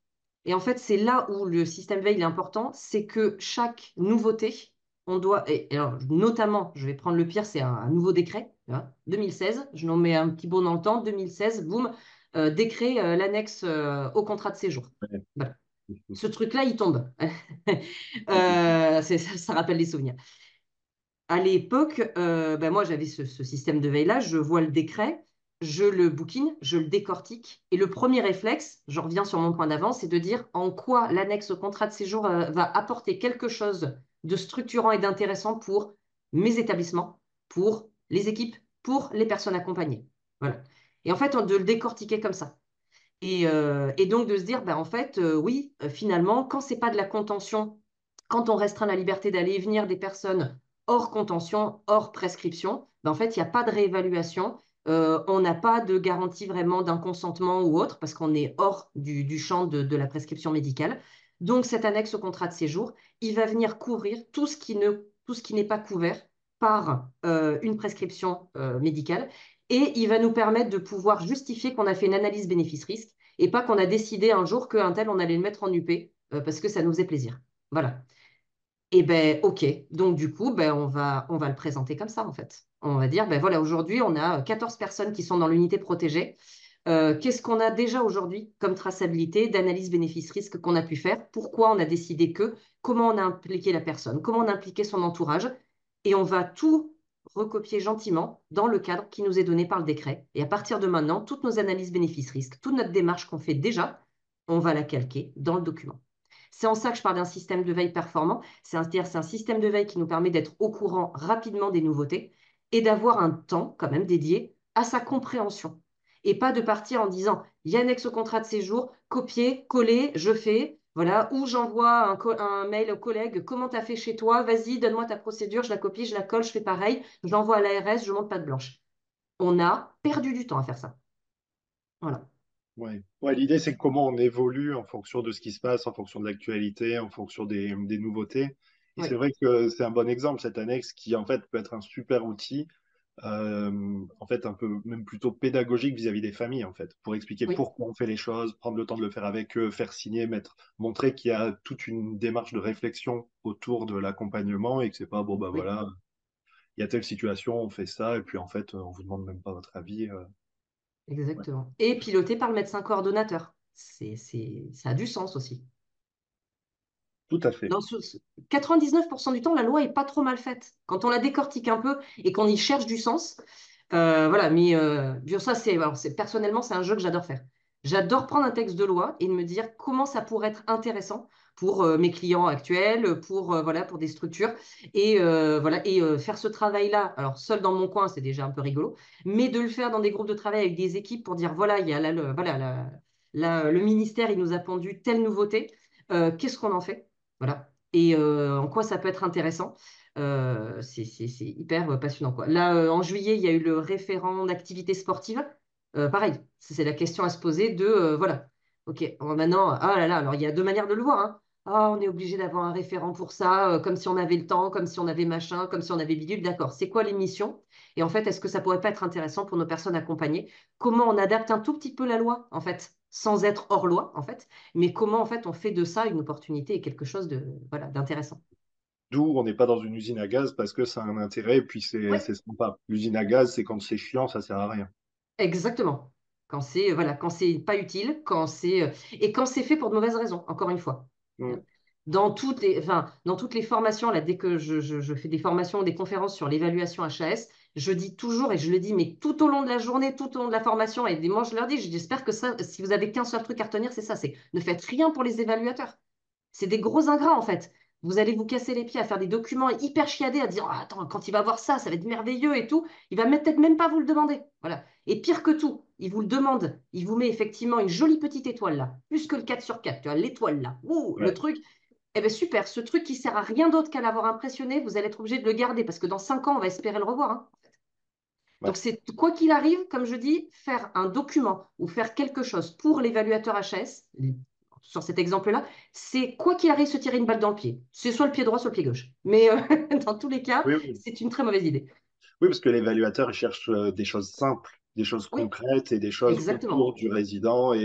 Et en fait, c'est là où le système veille est important, c'est que chaque nouveauté, on doit, et alors notamment, je vais prendre le pire, c'est un, un nouveau décret, hein, deux mille seize, je nous mets un petit bond dans le temps, deux mille seize, boum, euh, décret, euh, l'annexe euh, au contrat de séjour. Ouais. Voilà. Ce truc-là, il tombe. Euh, c'est- ça, ça rappelle les souvenirs. À l'époque, euh, ben moi, j'avais ce, ce système de veille-là, je vois le décret, je le bouquine, je le décortique. Et le premier réflexe, je reviens sur mon point d'avant, c'est de dire en quoi l'annexe au contrat de séjour euh, va apporter quelque chose de structurant et d'intéressant pour mes établissements, pour les équipes, pour les personnes accompagnées. Voilà. Et en fait, on- de le décortiquer comme ça. Et, euh, et donc de se dire, ben, en fait, euh, oui, euh, finalement, quand c'est pas de la contention, quand on restreint la liberté d'aller et venir des personnes hors contention, hors prescription, ben, en fait, il n'y a pas de réévaluation. Euh, on n'a pas de garantie vraiment d'un consentement ou autre, parce qu'on est hors du, du champ de, de la prescription médicale. Donc, cette annexe au contrat de séjour, il va venir couvrir tout ce qui ne, tout ce qui n'est pas couvert par euh, une prescription euh, médicale et il va nous permettre de pouvoir justifier qu'on a fait une analyse bénéfice-risque et pas qu'on a décidé un jour qu'un tel, on allait le mettre en U P euh, parce que ça nous faisait plaisir. Voilà. Et ben ok. Donc du coup, ben, on va, on va le présenter comme ça en fait. On va dire, ben voilà, aujourd'hui, on a quatorze personnes qui sont dans l'unité protégée. Euh, qu'est-ce qu'on a déjà aujourd'hui comme traçabilité d'analyse bénéfice-risque qu'on a pu faire? Pourquoi on a décidé que? Comment on a impliqué la personne? Comment on a impliqué son entourage? Et on va tout recopier gentiment dans le cadre qui nous est donné par le décret. Et à partir de maintenant, toutes nos analyses bénéfices-risques, toute notre démarche qu'on fait déjà, on va la calquer dans le document. C'est en ça que je parle d'un système de veille performant. C'est-à-dire c'est un système de veille qui nous permet d'être au courant rapidement des nouveautés et d'avoir un temps quand même dédié à sa compréhension. Et pas de partir en disant, il y a annexe au contrat de séjour, copier, coller, je fais, voilà, ou j'envoie un, un, mail au collègue, comment tu as fait chez toi, vas-y, donne-moi ta procédure, je la copie, je la colle, je fais pareil, je l'envoie à l'A R S, je monte pas de blanche. On a perdu du temps à faire ça. Voilà. Ouais. Ouais, l'idée, c'est comment on évolue en fonction de ce qui se passe, en fonction de l'actualité, en fonction des, des nouveautés. Et c'est Oui, vrai que c'est un bon exemple, cette annexe, qui en fait peut être un super outil, euh, en fait un peu même plutôt pédagogique vis-à-vis des familles, en fait, pour expliquer oui, pourquoi on fait les choses, prendre le temps de le faire avec eux, faire signer, mettre, montrer qu'il y a toute une démarche de réflexion autour de l'accompagnement et que c'est pas bon bah oui. voilà, il y a telle situation, on fait ça, et puis en fait, on vous demande même pas votre avis. euh, ouais. Exactement. Et piloté par le médecin coordonnateur. C'est, c'est, ça a du sens aussi. Tout à fait. Dans ce- ce- quatre-vingt-dix-neuf pour cent du temps, la loi est pas trop mal faite. Quand on la décortique un peu et qu'on y cherche du sens, euh, voilà. Mais euh, bien ça, c'est, alors, c'est personnellement, c'est un jeu que j'adore faire. J'adore prendre un texte de loi et de me dire comment ça pourrait être intéressant pour euh, mes clients actuels, pour euh, voilà, pour des structures et euh, voilà et euh, faire ce travail-là. Alors seul dans mon coin, c'est déjà un peu rigolo, mais de le faire dans des groupes de travail avec des équipes pour dire voilà, il y a là, le, voilà, la- la- le ministère, il nous a pondu telle nouveauté. Euh, qu'est-ce qu'on en fait? Voilà. Et euh, en quoi ça peut être intéressant. Euh, c'est c'est- c'est hyper euh, passionnant, quoi. Là, euh, en juillet, il y a eu le référent d'activité sportive. Euh, pareil, c'est la question à se poser de, euh, voilà, ok, bon, maintenant, ah là là, alors il y a deux manières de le voir, hein. Ah, on est obligé d'avoir un référent pour ça, euh, comme si on avait le temps, comme si on avait machin, comme si on avait bidule. D'accord, c'est quoi les missions? Et en fait, est-ce que ça pourrait pas être intéressant pour nos personnes accompagnées? Comment on adapte un tout petit peu la loi, en fait, sans être hors loi, en fait, mais comment, en fait, on fait de ça une opportunité et quelque chose de, voilà, d'intéressant. D'où on n'est pas dans une usine à gaz parce que ça a un intérêt et puis c'est Oui, c'est sympa. L'usine à gaz, c'est quand c'est chiant, ça sert à rien. exactement. Quand c'est, euh, voilà, quand c'est pas utile, quand c'est, euh, et quand c'est fait pour de mauvaises raisons, encore une fois. Mm. Dans toutes les, enfin, dans toutes les formations, là, dès que je, je- je fais des formations, des conférences sur l'évaluation H A S, je dis toujours, et je le dis, mais tout au long de la journée, tout au long de la formation, et moi je leur dis, j'espère que ça, si vous avez qu'un seul truc à retenir, c'est ça, c'est ne faites rien pour les évaluateurs. C'est des gros ingrats, en fait. Vous allez vous casser les pieds à faire des documents hyper chiadés, à dire, ah, attends, quand il va voir ça, ça va être merveilleux et tout. Il va peut-être même pas vous le demander. Voilà. Et pire que tout, il vous le demande. Il vous met effectivement une jolie petite étoile là, plus que le quatre sur quatre. Tu vois, l'étoile là. Ouh, le Ouais. truc. Eh bien, super. Ce truc qui sert à rien d'autre qu'à l'avoir impressionné, vous allez être obligé de le garder parce que dans cinq ans, on va espérer le revoir, hein. Ouais. Donc, c'est quoi qu'il arrive, comme je dis, faire un document ou faire quelque chose pour l'évaluateur H A S, sur cet exemple-là, c'est quoi qu'il arrive se tirer une balle dans le pied. C'est soit le pied droit, soit le pied gauche. Mais euh, dans tous les cas, Oui, oui. c'est une très mauvaise idée. Oui, parce que l'évaluateur, il cherche euh, des choses simples, des choses Oui, concrètes et des choses autour exactement. du résident. Et,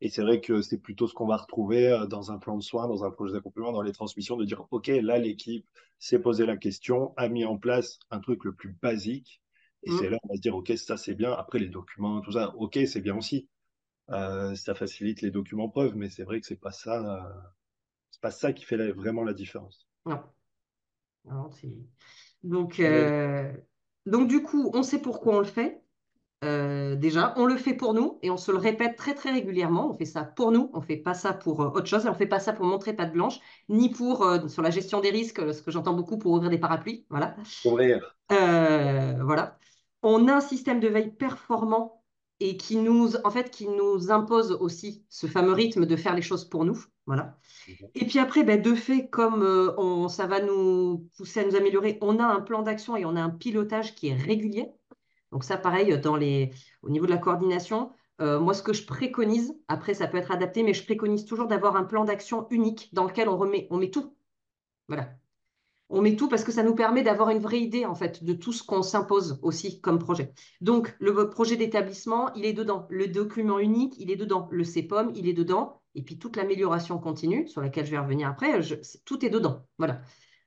Et c'est vrai que c'est plutôt ce qu'on va retrouver euh, dans un plan de soins, dans un projet d'accompagnement, dans les transmissions, de dire, OK, là, l'équipe s'est posé la question, a mis en place un truc le plus basique. Et c'est Mm. là, on va se dire, OK, ça, c'est bien. Après, les documents, tout ça, OK, c'est bien aussi. Euh, ça facilite les documents preuves, mais c'est vrai que c'est pas ça, euh, c'est pas ça qui fait la- vraiment la différence. Non. Non, c'est- donc, Euh, euh, donc, du coup, on sait pourquoi on le fait. Euh, déjà, on le fait pour nous et on se le répète très très régulièrement. On fait ça pour nous, on fait pas ça pour euh, autre chose, et on fait pas ça pour montrer patte blanche, ni pour euh, sur la gestion des risques, euh, ce que j'entends beaucoup pour ouvrir des parapluies. Voilà. ouvrir. Euh, voilà. On a un système de veille performant et qui nous, en fait, qui nous impose aussi ce fameux rythme de faire les choses pour nous. Voilà. Et puis après, ben, de fait, comme euh, on, ça va nous pousser à nous améliorer, on a un plan d'action et on a un pilotage qui est régulier. Donc ça, pareil, dans les, au niveau de la coordination, euh, moi, ce que je préconise, après, ça peut être adapté, mais je préconise toujours d'avoir un plan d'action unique dans lequel on remet, on met tout. Voilà. On met tout parce que ça nous permet d'avoir une vraie idée, en fait, de tout ce qu'on s'impose aussi comme projet. Donc, le projet d'établissement, il est dedans. Le document unique, il est dedans. Le C P O M, il est dedans. Et puis, toute l'amélioration continue, sur laquelle je vais revenir après, je- tout est dedans. Voilà.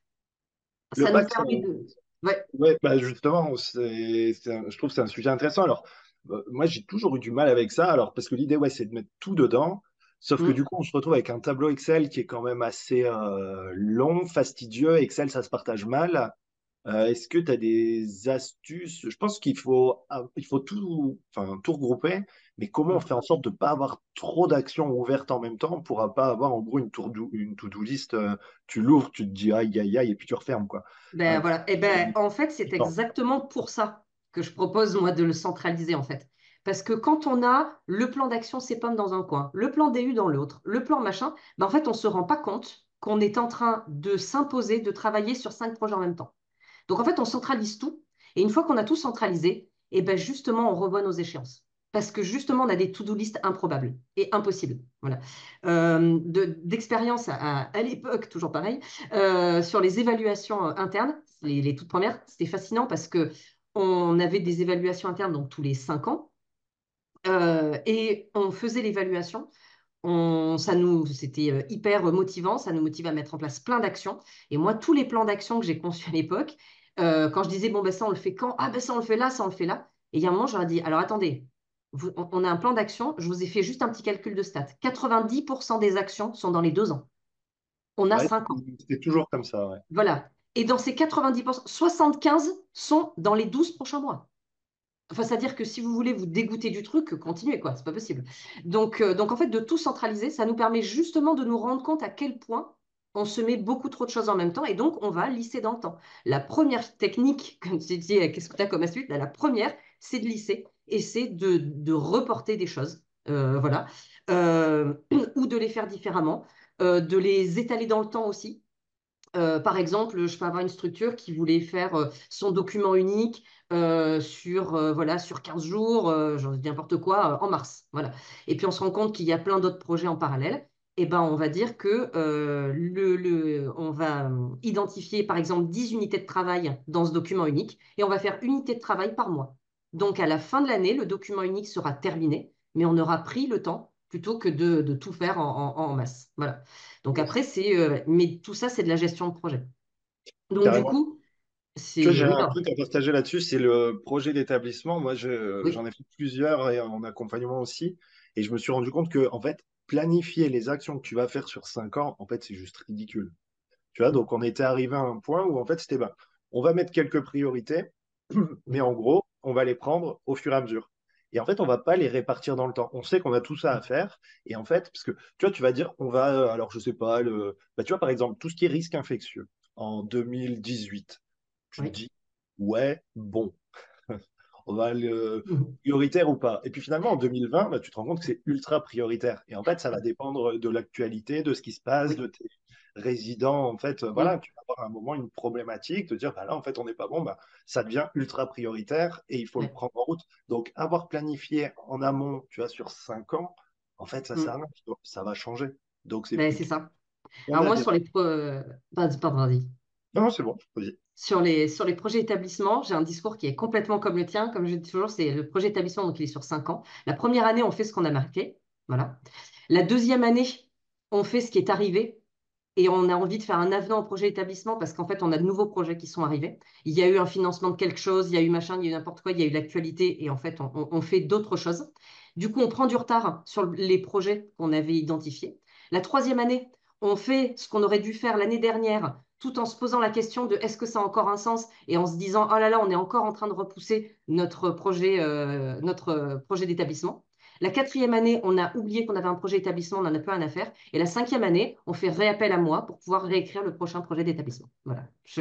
Le Ça nous pack, c'est permet un- de... Ouais. ouais, bah justement, c'est, c'est un- je trouve que c'est un sujet intéressant. Alors, euh, moi, j'ai toujours eu du mal avec ça. Alors, parce que l'idée, ouais, c'est de mettre tout dedans. Sauf que du Mm. coup, on se retrouve avec un tableau Excel qui est quand même assez euh, long, fastidieux. Excel, ça se partage mal. Euh, est-ce que tu as des astuces? Je pense qu'il faut, ah, il faut tout, enfin, tout regrouper, mais comment on Mm. fait en sorte de ne pas avoir trop d'actions ouvertes en même temps pour ne pas avoir en gros une, tour une to-do list, euh, tu l'ouvres, tu te dis aïe aïe aïe, et puis tu refermes, quoi. Ben Euh, voilà. Et ben en fait, c'est Attends. exactement pour ça que je propose moi de le centraliser en fait. Parce que quand on a le plan d'action C P O M dans un coin, le plan D U dans l'autre, le plan machin, ben en fait, on ne se rend pas compte qu'on est en train de s'imposer de travailler sur cinq projets en même temps. Donc en fait, on centralise tout. Et une fois qu'on a tout centralisé, et ben justement, on revoit nos échéances. Parce que justement, on a des to-do list improbables et impossibles. Voilà. Euh, de- d'expérience à, à l'époque, toujours pareil, euh, sur les évaluations euh, internes, les, les toutes premières, c'était fascinant parce que on avait des évaluations internes donc tous les cinq ans euh, et on faisait l'évaluation. On, ça nous, c'était euh, hyper motivant, ça nous motive à mettre en place plein d'actions. Et moi, tous les plans d'action que j'ai conçus à l'époque, euh, quand je disais, bon, ben ça, on le fait quand? Ah, ben ça, on le fait là, ça, on le fait là. Et il y a un moment, j'aurais dit, alors attendez, vous- on, on a un plan d'action, je vous ai fait juste un petit calcul de stats. quatre-vingt-dix pour cent des actions sont dans les deux ans. On a Ouais, cinq ans. c'est toujours comme ça, ouais. Voilà. Et dans ces quatre-vingt-dix pour cent, soixante-quinze sont dans les douze prochains mois. Enfin, c'est-à-dire que si vous voulez vous dégoûter du truc, continuez, quoi. C'est pas possible. Donc, euh, donc, en fait, de tout centraliser, ça nous permet justement de nous rendre compte à quel point on se met beaucoup trop de choses en même temps et donc on va lisser dans le temps. La première technique, comme tu dis, euh, qu'est-ce que tu as comme astuce? La première, c'est de lisser et c'est de, de reporter des choses. Euh, voilà. Euh, ou de les faire différemment, euh, de les étaler dans le temps aussi. Euh, par exemple, je peux avoir une structure qui voulait faire euh, son document unique euh, sur, euh, voilà, sur quinze jours, euh, j'en dis n'importe quoi, euh, en mars. Voilà. Et puis on se rend compte qu'il y a plein d'autres projets en parallèle. Et ben, on va dire que euh, le, le- on va euh, identifier par exemple dix unités de travail dans ce document unique et on va faire unité de travail par mois. Donc à la fin de l'année, le document unique sera terminé, mais on aura pris le temps plutôt que de, de tout faire en, en- en masse. Voilà. Donc après, c'est, euh, mais tout ça, c'est de la gestion de projet. Donc du Carrément. coup, Tu vois, c'est, j'ai oui, un pardon. truc à partager là-dessus, c'est le projet d'établissement. Moi, je- Oui. j'en ai fait plusieurs et en accompagnement aussi. Et je me suis rendu compte que, en fait, planifier les actions que tu vas faire sur cinq ans, en fait, c'est juste ridicule. Tu vois, donc on était arrivé à un point où, en fait, c'était, ben, on va mettre quelques priorités, mais Oui. en gros, on va les prendre au fur et à mesure. Et en fait, on va pas les répartir dans le temps. On sait qu'on a tout ça à faire. Et en fait, parce que, tu vois, tu vas dire, on va, euh, alors, je sais pas, le, bah, tu vois, par exemple, tout ce qui est risque infectieux en deux mille dix-huit, tu te Oui. dis, ouais, bon, on va le Mhm. prioritaire ou pas. Et puis finalement, en deux mille vingt, bah, tu te rends compte que c'est ultra prioritaire. Et en fait, ça va dépendre de l'actualité, de ce qui se passe, de Oui. tes résidents. En fait, euh, voilà, Mhm. tu vas avoir un moment une problématique, te dire, bah là, en fait, on n'est pas bon, bah, ça devient ultra prioritaire et il faut le Ouais. prendre en route. Donc, avoir planifié en amont, tu vois, sur cinq ans, en fait, ça sert à Mhm. rien, ça va changer. Donc, c'est Ben, c'est plutôt ça. on Alors a moi, des... sur les, pro- euh, vas-y, pardon, vas-y. Non, c'est bon, vas-y. Sur les, sur les projets établissements, j'ai un discours qui est complètement comme le tien. Comme je dis toujours, c'est le projet établissement, donc il est sur cinq ans. La première année, on fait ce qu'on a marqué. Voilà. La deuxième année, on fait ce qui est arrivé et on a envie de faire un avenant au projet d'établissement parce qu'en fait, on a de nouveaux projets qui sont arrivés. Il y a eu un financement de quelque chose, il y a eu machin, il y a eu n'importe quoi, il y a eu l'actualité et en fait, on, on- on fait d'autres choses. Du coup, on prend du retard sur les projets qu'on avait identifiés. La troisième année, on fait ce qu'on aurait dû faire l'année dernière tout en se posant la question de est-ce que ça a encore un sens et en se disant oh là là, on est encore en train de repousser notre projet, euh, notre projet d'établissement. La quatrième année, on a oublié qu'on avait un projet d'établissement, on n'en a plus rien à faire. Et la cinquième année, on fait réappel à moi pour pouvoir réécrire le prochain projet d'établissement. Voilà. Je...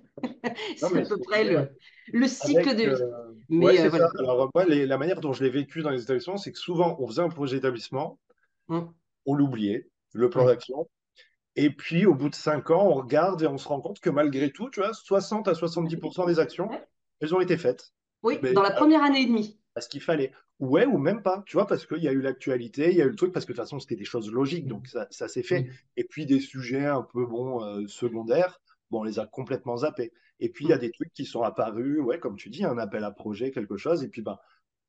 Non, c'est à mais peu c'est près génial. le, le cycle Avec, de vie. euh, ouais, Mais euh, c'est voilà. ça. Alors, moi, les- la manière dont je l'ai vécu dans les établissements, c'est que souvent, on faisait un projet d'établissement, Mm. on l'oubliait, le plan Ouais. d'action. Et puis, au bout de cinq ans, on regarde et on se rend compte que malgré tout, tu vois, soixante à soixante-dix pour cent des actions, Ouais. elles ont été faites. Oui, Mais dans la première année et demie. parce qu'il fallait. Ouais, ou même pas, tu vois, parce qu'il y a eu l'actualité, il y a eu le truc, parce que de toute façon, c'était des choses logiques, donc ça, ça s'est fait. Oui. Et puis des sujets un peu, bon, euh, secondaires, bon, on les a complètement zappés. Et puis, il y a Mm. des trucs qui sont apparus, ouais, comme tu dis, un appel à projet, quelque chose, et puis, ben,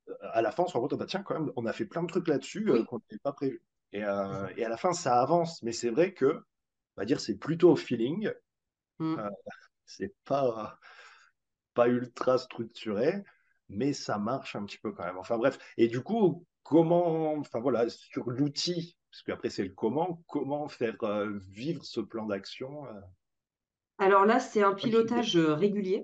à la fin, on se rend compte, oh, bah, tiens, quand même, on a fait plein de trucs là-dessus euh, Oui, qu'on n'avait pas prévu. Et, c'est euh, ça. et à la fin, ça avance, mais c'est vrai que, on va dire, c'est plutôt au feeling, Mm. euh, c'est pas pas ultra structuré, mais ça marche un petit peu quand même. Enfin bref, et du coup, comment, enfin voilà, sur l'outil, parce qu'après c'est le comment, comment faire euh, vivre ce plan d'action euh, Alors là, c'est un bonne idée. pilotage euh, régulier.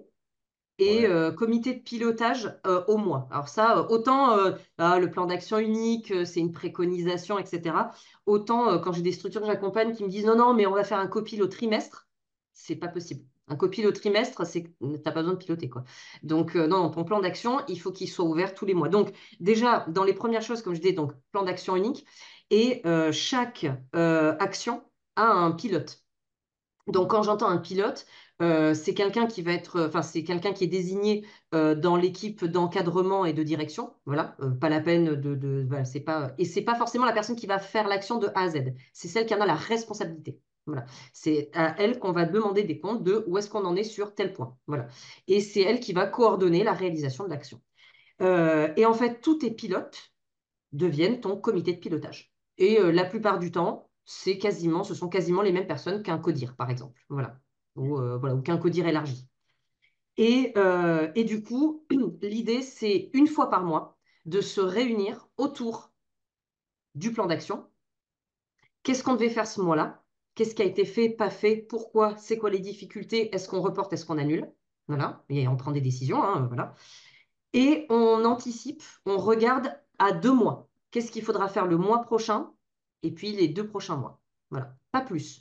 Et Ouais, euh, comité de pilotage euh, au mois. Alors ça, euh, autant euh, ah, le plan d'action unique, euh, c'est une préconisation, et cetera. Autant euh, quand j'ai des structures que j'accompagne qui me disent non, non, mais on va faire un copil au trimestre, c'est pas possible. Un copil au trimestre, c'est que t'as pas besoin de piloter, quoi. Donc euh, non, ton plan d'action, il faut qu'il soit ouvert tous les mois. Donc déjà, dans les premières choses, comme je disais, donc plan d'action unique, et euh, chaque euh, action a un pilote. Donc, quand j'entends un pilote, euh, c'est quelqu'un qui va être, enfin, c'est quelqu'un qui est désigné euh, dans l'équipe d'encadrement et de direction. Voilà, Euh, pas la peine de, de voilà, c'est pas, et c'est pas forcément la personne qui va faire l'action de A à Z. C'est celle qui en a la responsabilité. Voilà, c'est à elle qu'on va demander des comptes de où est-ce qu'on en est sur tel point. Voilà, et c'est elle qui va coordonner la réalisation de l'action. Euh, et en fait, tous tes pilotes deviennent ton comité de pilotage. Et euh, la plupart du temps, c'est quasiment, ce sont quasiment les mêmes personnes qu'un codir, par exemple. Voilà. Ou, euh, voilà, ou qu'un codir élargi. Et, euh, et du coup, l'idée, c'est une fois par mois de se réunir autour du plan d'action. Qu'est-ce qu'on devait faire ce mois-là? Qu'est-ce qui a été fait, pas fait? Pourquoi? C'est quoi les difficultés? Est-ce qu'on reporte? Est-ce qu'on annule? Voilà. Et on prend des décisions. Hein, voilà. Et on anticipe, on regarde à deux mois. Qu'est-ce qu'il faudra faire le mois prochain et puis les deux prochains mois. Voilà, pas plus.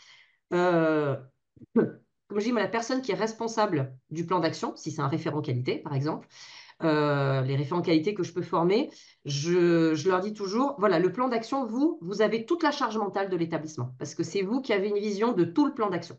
Euh, comme je dis, moi, la personne qui est responsable du plan d'action, si c'est un référent qualité, par exemple, euh, les référents qualité que je peux former, je, je leur dis toujours, voilà, le plan d'action, vous, vous avez toute la charge mentale de l'établissement, parce que c'est vous qui avez une vision de tout le plan d'action.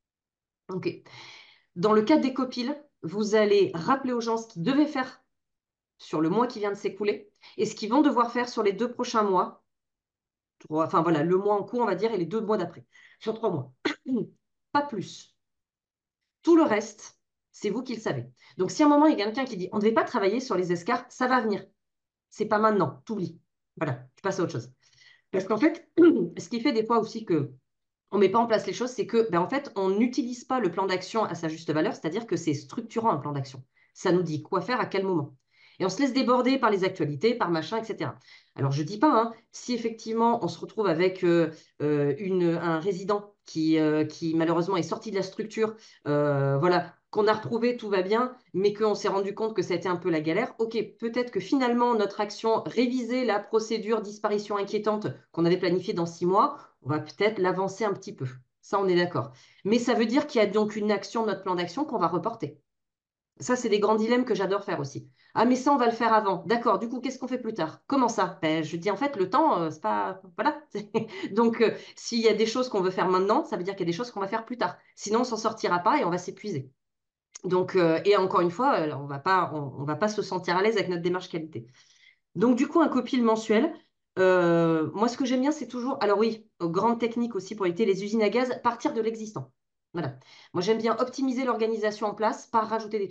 OK. Dans le cadre des copiles, vous allez rappeler aux gens ce qu'ils devaient faire sur le mois qui vient de s'écouler et ce qu'ils vont devoir faire sur les deux prochains mois. Trois- Enfin voilà, le mois en cours, on va dire, et les deux mois d'après, sur trois mois. Pas plus. Tout le reste, c'est vous qui le savez. Donc si à un moment, il y a quelqu'un qui dit, on ne devait pas travailler sur les escarres, ça va venir. C'est pas maintenant, t'oublies. Voilà, tu passes à autre chose. Parce qu'en fait, ce qui fait des fois aussi que on ne met pas en place les choses, c'est que, ben, en fait, on n'utilise pas le plan d'action à sa juste valeur, c'est-à-dire que c'est structurant un plan d'action. Ça nous dit quoi faire à quel moment. Et on se laisse déborder par les actualités, par machin, et cetera. Alors, je ne dis pas, hein, si effectivement on se retrouve avec euh, euh, une, un résident qui, euh, qui malheureusement est sorti de la structure, euh, voilà, qu'on a retrouvé, tout va bien, mais qu'on s'est rendu compte que ça a été un peu la galère, ok, peut-être que finalement notre action, réviser la procédure disparition inquiétante qu'on avait planifiée dans six mois, on va peut-être l'avancer un petit peu. Ça, on est d'accord. Mais ça veut dire qu'il y a donc une action de notre plan d'action qu'on va reporter. Ça, c'est des grands dilemmes que j'adore faire aussi. Ah, mais ça, on va le faire avant. D'accord, du coup, qu'est-ce qu'on fait plus tard? Comment ça? Ben, je dis en fait, le temps, euh, c'est pas. Voilà. Donc, euh, s'il y a des choses qu'on veut faire maintenant, ça veut dire qu'il y a des choses qu'on va faire plus tard. Sinon, on s'en sortira pas et on va s'épuiser. Donc, euh, et encore une fois, euh, on va pas, on, on va pas se sentir à l'aise avec notre démarche qualité. Donc, du coup, un copil mensuel. Euh, moi, ce que j'aime bien, c'est toujours, alors oui, euh, grande technique aussi pour éviter les usines à gaz, partir de l'existant. Voilà. Moi, j'aime bien optimiser l'organisation en place par rajouter des trucs.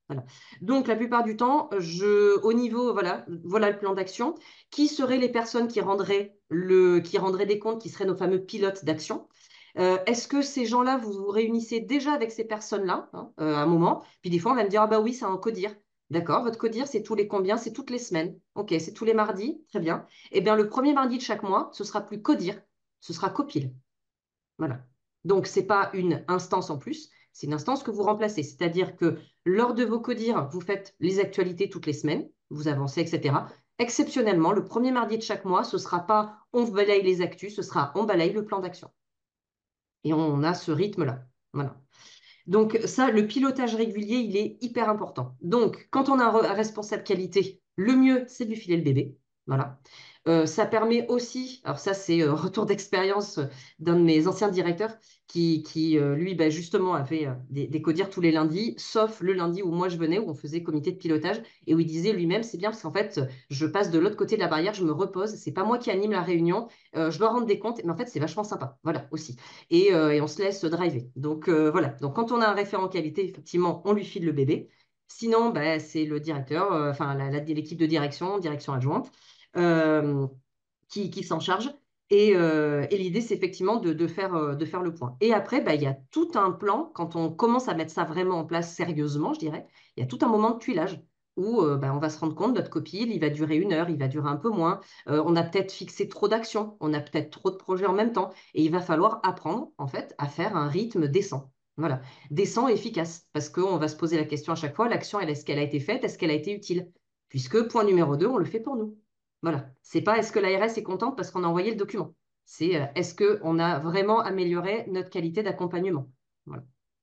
Voilà. Donc, la plupart du temps, je, au niveau, voilà, voilà le plan d'action. Qui seraient les personnes qui rendraient, le, qui rendraient des comptes, qui seraient nos fameux pilotes d'action? Euh, est-ce que ces gens-là, vous vous réunissez déjà avec ces personnes-là, hein, euh, à un moment? Puis des fois, on va me dire, ah bah oui, c'est un codir. D'accord, votre codir, c'est tous les combien? C'est toutes les semaines. Ok, c'est tous les mardis. Très bien. Eh bien, le premier mardi de chaque mois, ce sera plus codir, ce sera copil. Voilà. Donc, ce n'est pas une instance en plus, c'est une instance que vous remplacez. C'est-à-dire que lors de vos codires, vous faites les actualités toutes les semaines, vous avancez, et cetera. Exceptionnellement, le premier mardi de chaque mois, ce ne sera pas on balaye les actus, ce sera on balaye le plan d'action. Et on a ce rythme-là. Voilà. Donc ça, le pilotage régulier, il est hyper important. Donc, quand on a un responsable qualité, le mieux, c'est de lui filer le bébé. Voilà. Euh, ça permet aussi, alors ça c'est euh, retour d'expérience d'un de mes anciens directeurs qui, qui euh, lui, bah, justement, avait euh, des, des codires tous les lundis, sauf le lundi où moi je venais, où on faisait comité de pilotage, et où il disait lui-même, c'est bien parce qu'en fait, je passe de l'autre côté de la barrière, je me repose, c'est pas moi qui anime la réunion, euh, je dois rendre des comptes, mais en fait c'est vachement sympa, voilà, aussi. Et, euh, et on se laisse driver. Donc euh, voilà, donc quand on a un référent qualité, effectivement, on lui file le bébé. Sinon, bah, c'est le directeur, euh, enfin la- la- l'équipe de direction, direction adjointe, euh, qui, qui s'en charge. Et, euh, et l'idée, c'est effectivement de, de faire, euh, de faire le point. Et après, bah, il y a tout un plan, quand on commence à mettre ça vraiment en place sérieusement, je dirais, il y a tout un moment de tuilage où euh, bah, on va se rendre compte, notre copie, il va durer une heure, il va durer un peu moins. Euh, on a peut-être fixé trop d'actions, on a peut-être trop de projets en même temps. Et il va falloir apprendre, en fait, à faire un rythme décent. Voilà, décent et efficace, parce qu'on va se poser la question à chaque fois, l'action, est-ce qu'elle a été faite, est-ce qu'elle a été utile? Puisque, point numéro deux, on le fait pour nous. Voilà. C'est pas est-ce que l'A R S est contente parce qu'on a envoyé le document. C'est euh, est-ce qu'on a vraiment amélioré notre qualité d'accompagnement. Voilà.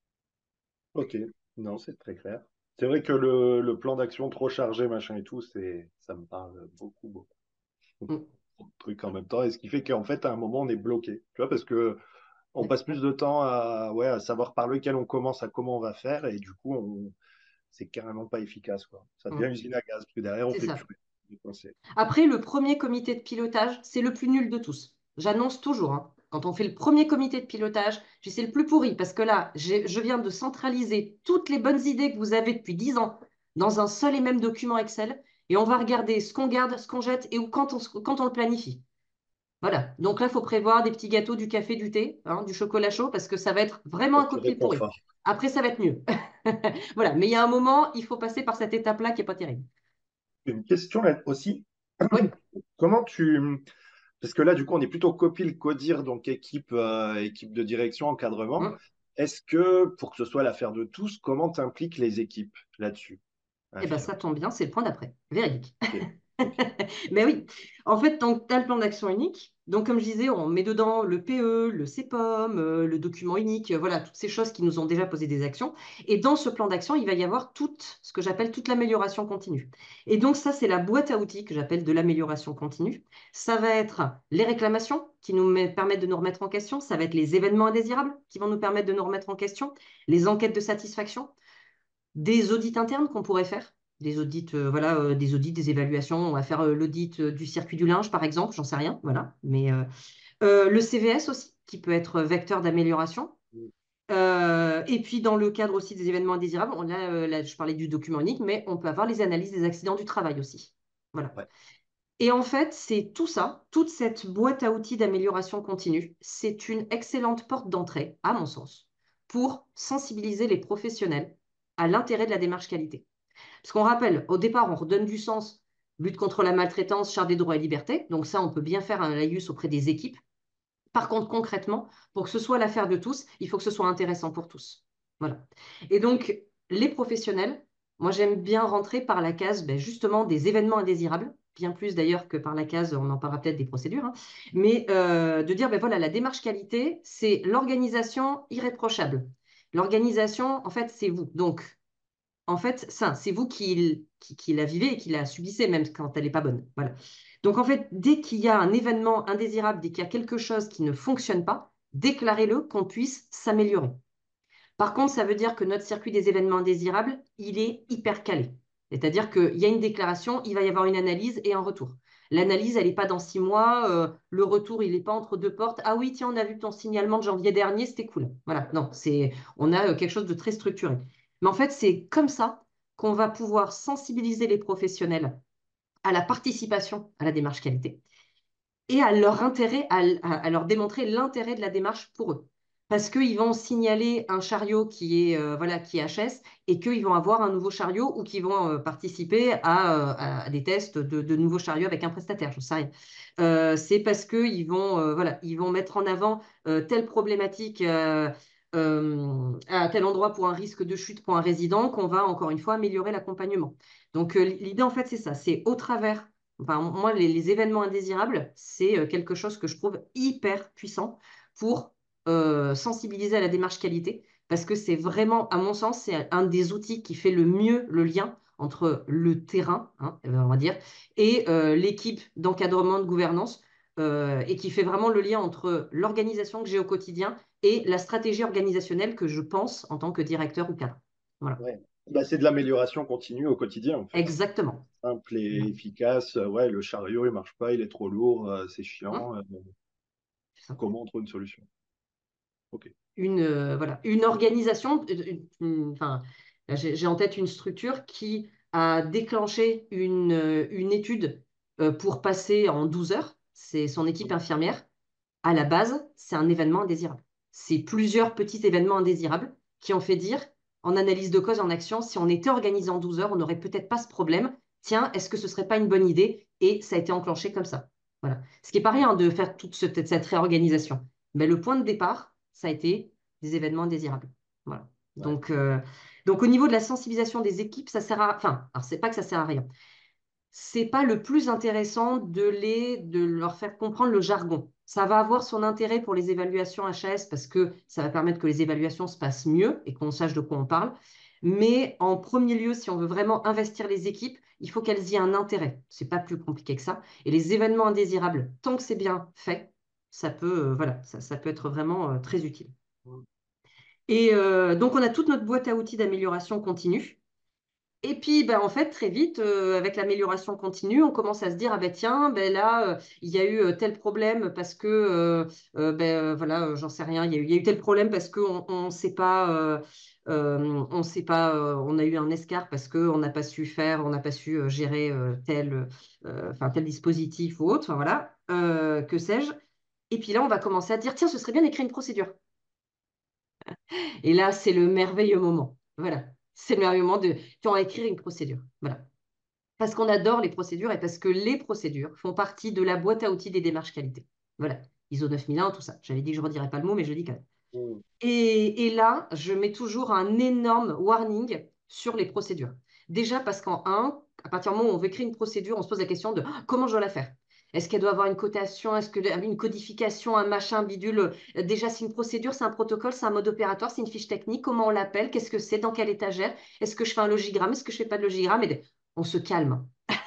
Ok, non, c'est très clair. C'est vrai que le, le plan d'action trop chargé, machin et tout, c'est, ça me parle beaucoup, beaucoup. Mm. Trop de trucs en même temps. Et ce qui fait qu'en fait, à un moment, on est bloqué. Tu vois, parce que on passe plus de temps à, ouais, à savoir par lequel on commence, à comment on va faire, et du coup, on, c'est carrément pas efficace, quoi. Ça devient Mm. usine à gaz, parce que derrière, on C'est fait plus ça. rien. Dépenser. Après, le premier comité de pilotage, c'est le plus nul de tous. J'annonce toujours, hein. Quand on fait le premier comité de pilotage, je dis, c'est le plus pourri parce que là, j'ai- je viens de centraliser toutes les bonnes idées que vous avez depuis dix ans dans un seul et même document Excel et on va regarder ce qu'on garde, ce qu'on jette et où, quand, on, quand on le planifie. Voilà. Donc là, il faut prévoir des petits gâteaux, du café, du thé, hein, du chocolat chaud, parce que ça va être vraiment un coup Petit de pied pourri. réconfort. Après, ça va être mieux. Voilà. Mais il y a un moment, il faut passer par cette étape-là qui n'est pas terrible. Une question là aussi. Oui. Comment tu, parce que là, du coup, on est plutôt copil, codir, donc équipe, euh, équipe de direction, encadrement. Hum. Est-ce que, pour que ce soit l'affaire de tous, comment tu impliques les équipes là-dessus? Eh bien, Affirme. ça tombe bien, c'est le point d'après. Véridique. Ok. Ok. Mais oui, en fait, tant que tu as le plan d'action unique, donc comme je disais, on met dedans le P E, le C P O M, euh, le document unique, euh, voilà, toutes ces choses qui nous ont déjà posé des actions. Et dans ce plan d'action, il va y avoir tout ce que j'appelle toute l'amélioration continue. Et donc ça, c'est la boîte à outils que j'appelle de l'amélioration continue. Ça va être les réclamations qui nous met- permettent de nous remettre en question. Ça va être les événements indésirables qui vont nous permettre de nous remettre en question. Les enquêtes de satisfaction, des audits internes qu'on pourrait faire, des audits, euh, voilà, euh, des audits, des évaluations. On va faire euh, l'audit euh, du circuit du linge, par exemple, j'en sais rien, voilà. Mais euh, euh, le C V S aussi, qui peut être vecteur d'amélioration. Euh, et puis dans le cadre aussi des événements indésirables, on a, euh, là, je parlais du document unique, mais on peut avoir les analyses des accidents du travail aussi. Voilà. Ouais. Et en fait, c'est tout ça, toute cette boîte à outils d'amélioration continue, c'est une excellente porte d'entrée, à mon sens, pour sensibiliser les professionnels à l'intérêt de la démarche qualité. Parce qu'on rappelle, au départ, on redonne du sens, lutte contre la maltraitance, charte des droits et libertés. Donc ça, on peut bien faire un laïus auprès des équipes. Par contre, concrètement, pour que ce soit l'affaire de tous, il faut que ce soit intéressant pour tous. Voilà. Et donc, les professionnels, moi, j'aime bien rentrer par la case, ben, justement, des événements indésirables, bien plus d'ailleurs que par la case, on en parlera peut-être des procédures, hein, mais euh, de dire, ben voilà, la démarche qualité, c'est l'organisation irréprochable. L'organisation, en fait, c'est vous. Donc, en fait, ça, c'est vous qui, qui, qui la vivez et qui la subissez, même quand elle n'est pas bonne. Voilà. Donc, en fait, dès qu'il y a un événement indésirable, dès qu'il y a quelque chose qui ne fonctionne pas, déclarez-le qu'on puisse s'améliorer. Par contre, ça veut dire que notre circuit des événements indésirables, il est hyper calé. C'est-à-dire qu'il y a une déclaration, il va y avoir une analyse et un retour. L'analyse, elle n'est pas dans six mois. Euh, le retour, il n'est pas entre deux portes. Ah oui, tiens, on a vu ton signalement de janvier dernier, c'était cool. Voilà, non, c'est, on a euh, quelque chose de très structuré. Mais en fait, c'est comme ça qu'on va pouvoir sensibiliser les professionnels à la participation à la démarche qualité et à leur intérêt, à, à leur démontrer l'intérêt de la démarche pour eux. Parce qu'ils vont signaler un chariot qui est, euh, voilà, qui est H S et qu'ils vont avoir un nouveau chariot ou qu'ils vont euh, participer à, euh, à, des tests de, de nouveaux chariots avec un prestataire, je ne sais rien. Euh, c'est parce qu'ils vont, euh, voilà, ils vont mettre en avant euh, telle problématique euh, euh, à tel endroit pour un risque de chute pour un résident qu'on va encore une fois améliorer l'accompagnement. Donc euh, l'idée en fait c'est ça, c'est au travers. Enfin, moi, les, les événements indésirables, c'est euh, quelque chose que je trouve hyper puissant pour euh, sensibiliser à la démarche qualité, parce que c'est vraiment, à mon sens, c'est un des outils qui fait le mieux le lien entre le terrain, hein, on va dire, et euh, l'équipe d'encadrement de gouvernance, euh, et qui fait vraiment le lien entre l'organisation que j'ai au quotidien et la stratégie organisationnelle que je pense en tant que directeur ou cadre. Voilà, Ouais. Bah, c'est de l'amélioration continue au quotidien, en fait. exactement. Simple et efficace. Euh, Ouais, le chariot, il marche pas, il est trop lourd, euh, c'est Hum, chiant. euh, c'est ça. comment on trouve une solution? Ok. Une, euh, voilà, une organisation, une- une- enfin, là, j'ai j'ai en tête une structure qui a déclenché une, euh, une étude euh, pour passer en douze heures. C'est son équipe infirmière. À la base, c'est un événement indésirable. C'est plusieurs petits événements indésirables qui ont fait dire, en analyse de cause, en action, si on était organisé en douze heures, on n'aurait peut-être pas ce problème. Tiens, est-ce que ce serait pas une bonne idée? Et ça a été enclenché comme ça. Voilà. Ce qui n'est pas rien de faire toute cette, cette réorganisation. Mais le point de départ, ça a été des événements indésirables. Voilà. Ouais. Donc, euh, donc au niveau de la sensibilisation des équipes, ça sert à... Enfin, alors c'est pas que ça sert à rien. C'est pas le plus intéressant de les, de leur faire comprendre le jargon. Ça va avoir son intérêt pour les évaluations H A S parce que ça va permettre que les évaluations se passent mieux et qu'on sache de quoi on parle. Mais en premier lieu, si on veut vraiment investir les équipes, il faut qu'elles y aient un intérêt. C'est pas plus compliqué que ça. Et les événements indésirables, tant que c'est bien fait, ça peut, euh, voilà, ça, ça peut être vraiment euh, très utile. Et euh, donc, on a toute notre boîte à outils d'amélioration continue. Et puis, ben, en fait, très vite, euh, avec l'amélioration continue, on commence à se dire, ah ben tiens, ben là, euh, il y a eu euh, tel problème parce que, euh, euh, ben euh, voilà, euh, j'en sais rien, il y a eu, il y a eu tel problème parce qu'on on sait pas, euh, euh, on sait pas, euh, on a eu un escar parce qu'on n'a pas su faire, on n'a pas su euh, gérer euh, tel, euh, enfin, tel dispositif ou autre, enfin, voilà, euh, que sais-je. Et puis là, on va commencer à dire, tiens, ce serait bien d'écrire une procédure. Et là, c'est le merveilleux moment. Voilà. C'est le merveilleux moment de, tu vas écrire une procédure. Voilà. Parce qu'on adore les procédures et parce que les procédures font partie de la boîte à outils des démarches qualité. Voilà. I S O neuf mille un, tout ça. J'avais dit que je ne redirais pas le mot, mais je le dis quand même. Mm. Et, et là, je mets toujours un énorme warning sur les procédures. Déjà parce qu'en un, à partir du moment où on veut créer une procédure, on se pose la question de ah, comment je dois la faire. Est-ce qu'elle doit avoir une cotation? Est-ce qu'une codification, un machin, bidule? Déjà, c'est une procédure, c'est un protocole, c'est un mode opératoire, c'est une fiche technique. Comment on l'appelle? Qu'est-ce que c'est? Dans quelle étagère? Est-ce que je fais un logigramme? Est-ce que je ne fais pas de logigramme? Et on se calme.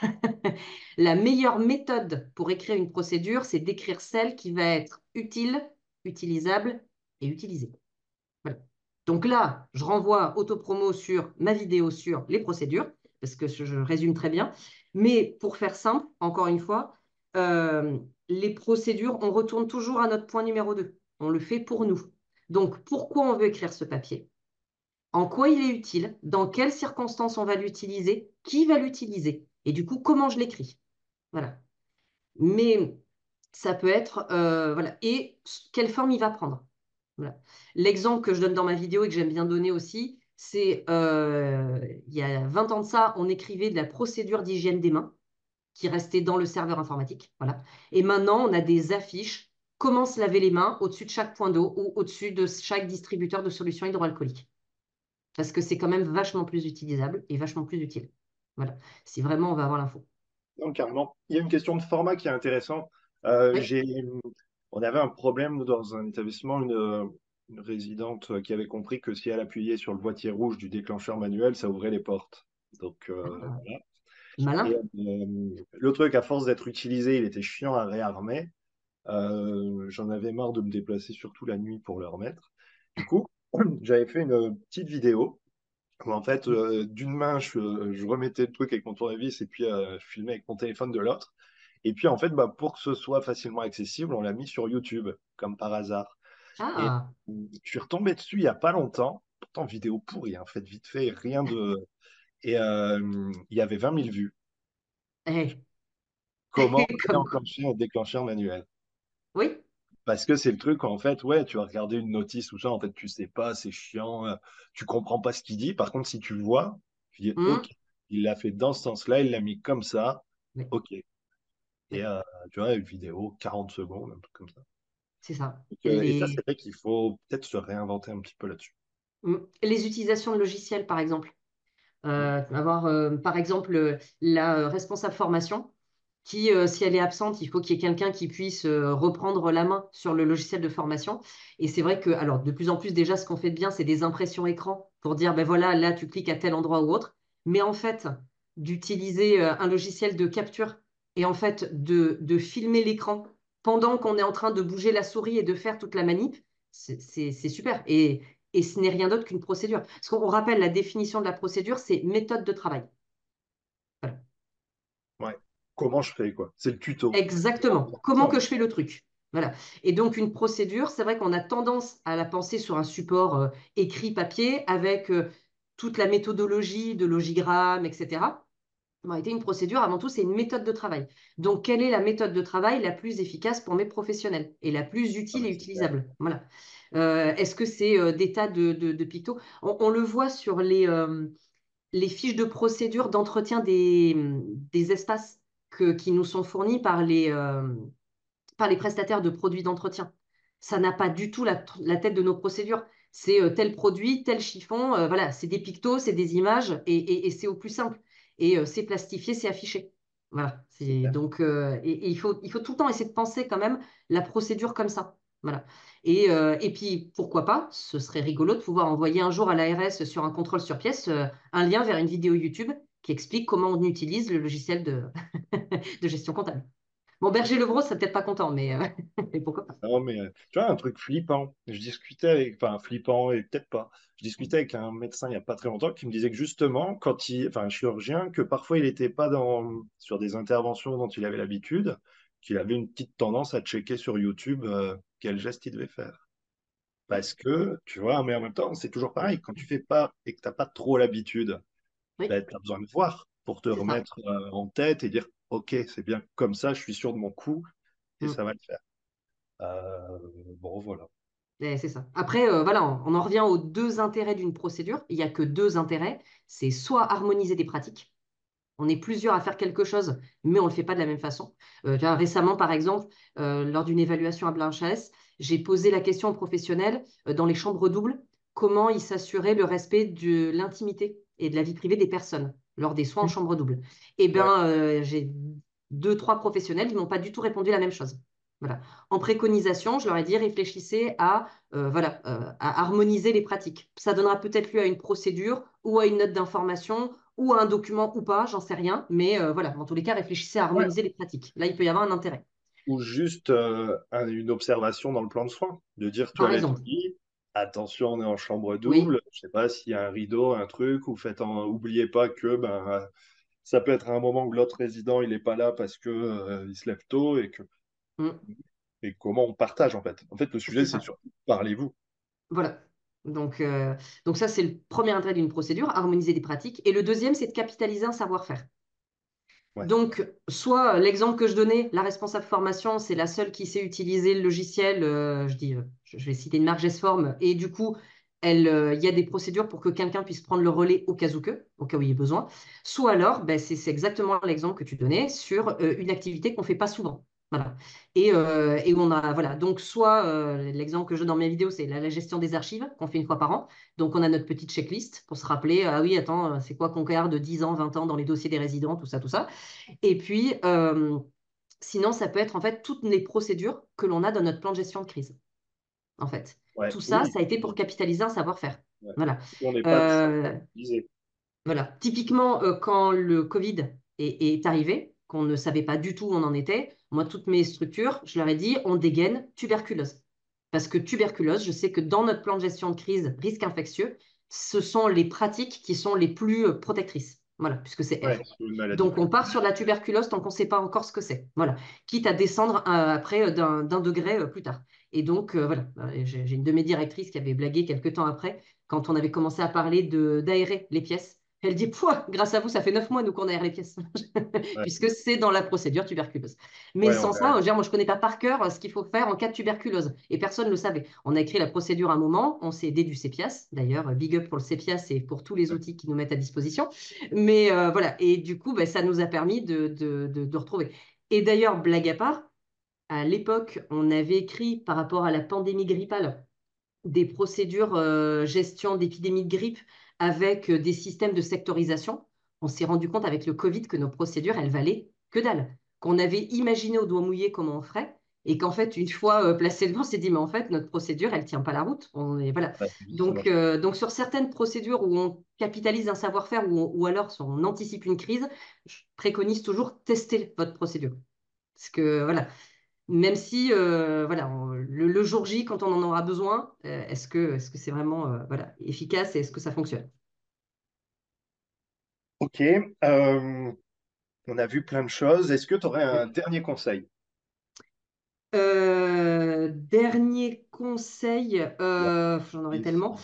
La meilleure méthode pour écrire une procédure, c'est d'écrire celle qui va être utile, utilisable et utilisée. Voilà. Donc là, je renvoie autopromo sur ma vidéo sur les procédures, parce que je, je résume très bien. Mais pour faire simple, encore une fois, euh, les procédures, on retourne toujours à notre point numéro deux. On le fait pour nous. Donc, pourquoi on veut écrire ce papier? En quoi il est utile? Dans quelles circonstances on va l'utiliser? Qui va l'utiliser? Et du coup, comment je l'écris? Voilà. Mais ça peut être, euh, voilà. Et quelle forme il va prendre? Voilà. L'exemple que je donne dans ma vidéo et que j'aime bien donner aussi, c'est euh, il y a vingt ans de ça, on écrivait de la procédure d'hygiène des mains qui restait dans le serveur informatique. Voilà. Et maintenant, on a des affiches comment se laver les mains au-dessus de chaque point d'eau ou au-dessus de chaque distributeur de solutions hydroalcooliques. Parce que c'est quand même vachement plus utilisable et vachement plus utile. Voilà. Si vraiment on va avoir l'info. Non, carrément. Il y a une question de format qui est intéressante. Euh, Oui. j'ai, on avait un problème nous, dans un établissement, une, une résidente qui avait compris que si elle appuyait sur le boîtier rouge du déclencheur manuel, ça ouvrait les portes. Donc euh, Ah, voilà. Et malin. euh, le truc, à force d'être utilisé, il était chiant à réarmer. Euh, j'en avais marre de me déplacer surtout la nuit pour le remettre. Du coup, j'avais fait une petite vidéo où en fait, euh, d'une main, je, je remettais le truc avec mon tournevis et puis euh, je filmais avec mon téléphone de l'autre. Et puis en fait, bah, pour que ce soit facilement accessible, on l'a mis sur YouTube, comme par hasard. Et Ah, euh, je suis retombé dessus il n'y a pas longtemps. Pourtant, vidéo pourrie, hein, faite vite fait, rien de. et euh, il y avait vingt mille vues. Eh, Comment comme quoi. réenclencher un déclencheur manuel? Oui. Parce que c'est le truc, en fait, ouais, tu vas regarder une notice ou ça, en fait, tu sais pas, c'est chiant, euh, tu comprends pas ce qu'il dit. Par contre, si tu le vois, tu dis, Hmm. OK, il l'a fait dans ce sens-là, il l'a mis comme ça, Oui, OK. Et oui, euh, tu vois, une vidéo, quarante secondes, un truc comme ça. c'est ça. Donc, euh, et ça, Les, c'est vrai qu'il faut peut-être se réinventer un petit peu là-dessus. hmm. Les utilisations de logiciels, par exemple. Mm. Euh, avoir, euh, par exemple, euh, la euh, responsable formation qui, euh, si elle est absente, il faut qu'il y ait quelqu'un qui puisse euh, reprendre la main sur le logiciel de formation. Et c'est vrai que, alors, de plus en plus, déjà, ce qu'on fait de bien, c'est des impressions écran pour dire, ben voilà, là, tu cliques à tel endroit ou autre. Mais en fait, d'utiliser euh, un logiciel de capture et en fait de, de filmer l'écran pendant qu'on est en train de bouger la souris et de faire toute la manip, c'est c'est- c'est super. Et, et ce n'est rien d'autre qu'une procédure. Parce qu'on rappelle, la définition de la procédure, c'est méthode de travail. Voilà. Ouais. Comment je fais, quoi? C'est le tuto. Exactement. Comment que je fais le truc? Voilà. Et donc, une procédure, c'est vrai qu'on a tendance à la penser sur un support euh, écrit papier avec euh, toute la méthodologie de logigramme, et cetera. En réalité, une procédure, avant tout, c'est une méthode de travail. Donc, quelle est la méthode de travail la plus efficace pour mes professionnels et la plus Ah utile bah, et c'est clair. utilisable? Voilà. Euh, est-ce que c'est euh, des tas de, de, de pictos? On, on le voit sur les, euh, les fiches de procédure d'entretien des, des espaces que- qui nous sont fournis par les, euh, par les prestataires de produits d'entretien. Ça n'a pas du tout la, la tête de nos procédures. C'est euh, tel produit, tel chiffon, euh, voilà, c'est des pictos, c'est des images et, et- et c'est au plus simple. Et euh, c'est plastifié, c'est affiché. Voilà. C'est C'est clair. donc euh, et, et il faut, il faut tout le temps essayer de penser quand même la procédure comme ça. Voilà. Et, euh, et puis, pourquoi pas, ce serait rigolo de pouvoir envoyer un jour à l'A R S sur un contrôle sur pièce euh, un lien vers une vidéo YouTube qui explique comment on utilise le logiciel de, de gestion comptable. Bon, Berger Levros serait peut-être pas content, mais, euh, mais pourquoi pas. Non, mais euh, tu vois, un truc flippant. Je discutais avec, enfin, flippant et peut-être pas. Je discutais avec un médecin il n'y a pas très longtemps qui me disait que justement, quand il, enfin, un chirurgien, que parfois il n'était pas dans, sur des interventions dont il avait l'habitude, qu'il avait une petite tendance à checker sur YouTube euh, quel geste il devait faire. Oui, Parce que, tu vois, mais en même temps, c'est toujours pareil. Quand tu fais pas et que tu n'as pas trop l'habitude, oui, ben, tu as besoin de voir pour te c'est ça. remettre euh, en tête et dire, OK, c'est bien comme ça, je suis sûr de mon coup et Mm. ça va le faire. Euh, bon, voilà. Et c'est ça. Après, euh, voilà, on, on en revient aux deux intérêts d'une procédure. Il n'y a que deux intérêts. C'est soit harmoniser des pratiques. On est plusieurs à faire quelque chose, mais on ne le fait pas de la même façon. Euh, tu vois, récemment, par exemple, euh, lors d'une évaluation à Blanchesse, j'ai posé la question aux professionnels euh, dans les chambres doubles, comment ils s'assuraient le respect de l'intimité et de la vie privée des personnes lors des soins en chambre double. Eh Ouais. bien, euh, j'ai deux, trois professionnels qui m'ont pas du tout répondu la même chose. Voilà. En préconisation, je leur ai dit réfléchissez à, euh, voilà, euh, à harmoniser les pratiques. Ça donnera peut-être lieu à une procédure ou à une note d'information ou à un document ou pas, j'en sais rien. Mais euh, voilà, dans tous les cas, réfléchissez à Ouais. harmoniser les pratiques. Là, il peut y avoir un intérêt. Ou juste euh, un- une observation dans le plan de soins, de dire Par toilette exemple, oui, attention, on est en chambre oui. double, je sais pas s'il y a un rideau, un truc, ou faites en, oubliez pas que ben, euh, ça peut être un moment où l'autre résident il est pas là parce que euh, il se lève tôt et que Mm, et comment on partage en fait. En fait, le c'est sujet c'est ça. surtout parlez-vous. Voilà. Donc, euh, donc ça, c'est le premier intérêt d'une procédure, harmoniser des pratiques. Et le deuxième, c'est de capitaliser un savoir-faire. Ouais, Donc, soit euh, l'exemple que je donnais, la responsable formation, c'est la seule qui sait utiliser le logiciel, euh, je dis, euh, je je vais citer une marque Gesform, et du coup, elle, euh, il y a des procédures pour que quelqu'un puisse prendre le relais au cas où que, au cas où il y ait besoin. Soit alors, ben, c'est c'est exactement l'exemple que tu donnais sur euh, une activité qu'on ne fait pas souvent. Voilà. Et, euh, et on a, voilà. Donc, soit euh, l'exemple que je donne dans mes vidéos, c'est la, la gestion des archives qu'on fait une fois par an. Donc, on a notre petite checklist pour se rappeler, ah oui, attends, c'est quoi qu'on garde dix ans, vingt ans dans les dossiers des résidents, tout ça, tout ça. Et puis, euh, sinon, ça peut être en fait toutes les procédures que l'on a dans notre plan de gestion de crise. En fait, ouais, tout ça, oui. ça a été pour Oui. capitaliser un savoir-faire. Ouais. Voilà. On n'est pas très Euh, organisé. voilà. Typiquement, euh, quand le Covid est, est arrivé, qu'on ne savait pas du tout où on en était, moi, toutes mes structures, je leur ai dit, on dégaine tuberculose. Parce que tuberculose, je sais que dans notre plan de gestion de crise, risque infectieux, ce sont les pratiques qui sont les plus euh, protectrices. Voilà, puisque c'est Ouais, R. c'est une maladie Donc, on part préoccupante. sur la tuberculose tant qu'on ne sait pas encore ce que c'est. Voilà. Quitte à descendre euh, après euh, d'un d'un degré euh, plus tard. Et donc, euh, voilà. Euh, J'ai j'ai une de mes directrices qui avait blagué quelques temps après, quand on avait commencé à parler de d'aérer les pièces Elle dit, pouah, grâce à vous, ça fait neuf mois, nous, qu'on aère les pièces, Ouais, puisque c'est dans la procédure tuberculose. Mais ouais, on sans a- ça, je veux dire, moi, je ne connais pas par cœur ce qu'il faut faire en cas de tuberculose. Et personne ne le savait. On a écrit la procédure à un moment, on s'est aidé du CEPIAS. D'ailleurs, big up pour le CEPIAS et pour tous les outils qui nous mettent à disposition. Mais euh, voilà, et du coup, ben, ça nous a permis de, de, de, de retrouver. Et d'ailleurs, blague à part, à l'époque, on avait écrit par rapport à la pandémie grippale des procédures euh, gestion d'épidémie de grippe avec euh, des systèmes de sectorisation. On s'est rendu compte avec le Covid que nos procédures, elles valaient que dalle. Qu'on avait imaginé au doigt mouillé comment on ferait et qu'en fait, une fois euh, placé devant, on s'est dit, mais en fait, notre procédure, elle ne tient pas la route. On est, voilà. ouais, ça Donc, marche. euh, donc, sur certaines procédures où on capitalise un savoir-faire ou, ou alors si on anticipe une crise, je préconise toujours tester votre procédure. Parce que voilà, même si euh, voilà, on- le, le jour J, quand on en aura besoin, euh, est-ce que est-ce que c'est vraiment euh, voilà, efficace et est-ce que ça fonctionne? Ok, euh, on a vu plein de choses. Est-ce que tu aurais un Ouais. dernier conseil? Euh, dernier conseil, Ouais. euh, j'en aurais Yes. tellement.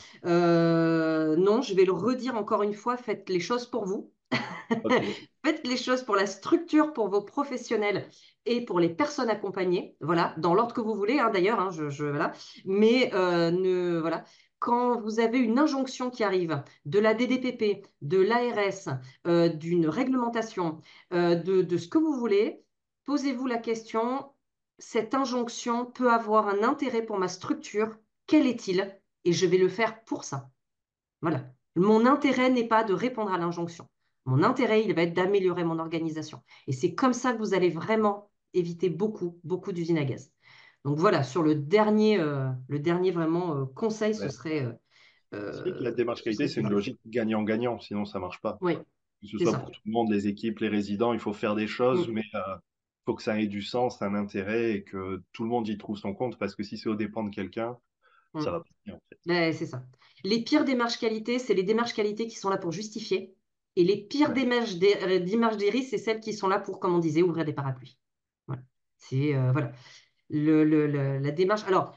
Euh, non, je vais le redire encore une fois, faites les choses pour vous. Ok. Faites les choses pour la structure, pour vos professionnels et pour les personnes accompagnées. Voilà, dans l'ordre que vous voulez, hein, d'ailleurs. Hein, je, je- voilà. Mais euh, ne, voilà, quand vous avez une injonction qui arrive de la D D P P, de l'A R S, euh, d'une réglementation, euh, de, de ce que vous voulez, posez-vous la question, cette injonction peut avoir un intérêt pour ma structure. Quel est-il? Et je vais le faire pour ça. Voilà. Mon intérêt n'est pas de répondre à l'injonction. Mon intérêt, il va être d'améliorer mon organisation. Et c'est comme ça que vous allez vraiment éviter beaucoup, beaucoup d'usines à gaz. Donc voilà, sur le dernier, euh, le dernier vraiment euh, conseil, ce Ouais. serait, euh, C'est vrai que euh, la démarche ce qualité, serait c'est une celui-là. logique gagnant-gagnant, sinon ça marche pas. Oui, Que ce c'est soit ça. pour tout le monde, les équipes, les résidents, il faut faire des choses, Mm, mais il faut que ça ait du sens, un intérêt et que tout le monde y trouve son compte, parce que si c'est au dépend de quelqu'un, mm. ça va pas bien en fait. Ben, c'est ça. Les pires démarches qualité, c'est les démarches qualité qui sont là pour justifier. Et les pires Ouais. démarches des, euh, démarches des risques, c'est celles qui sont là pour, comme on disait, ouvrir des parapluies. Voilà. C'est euh, voilà. Le, le- le- la démarche. Alors,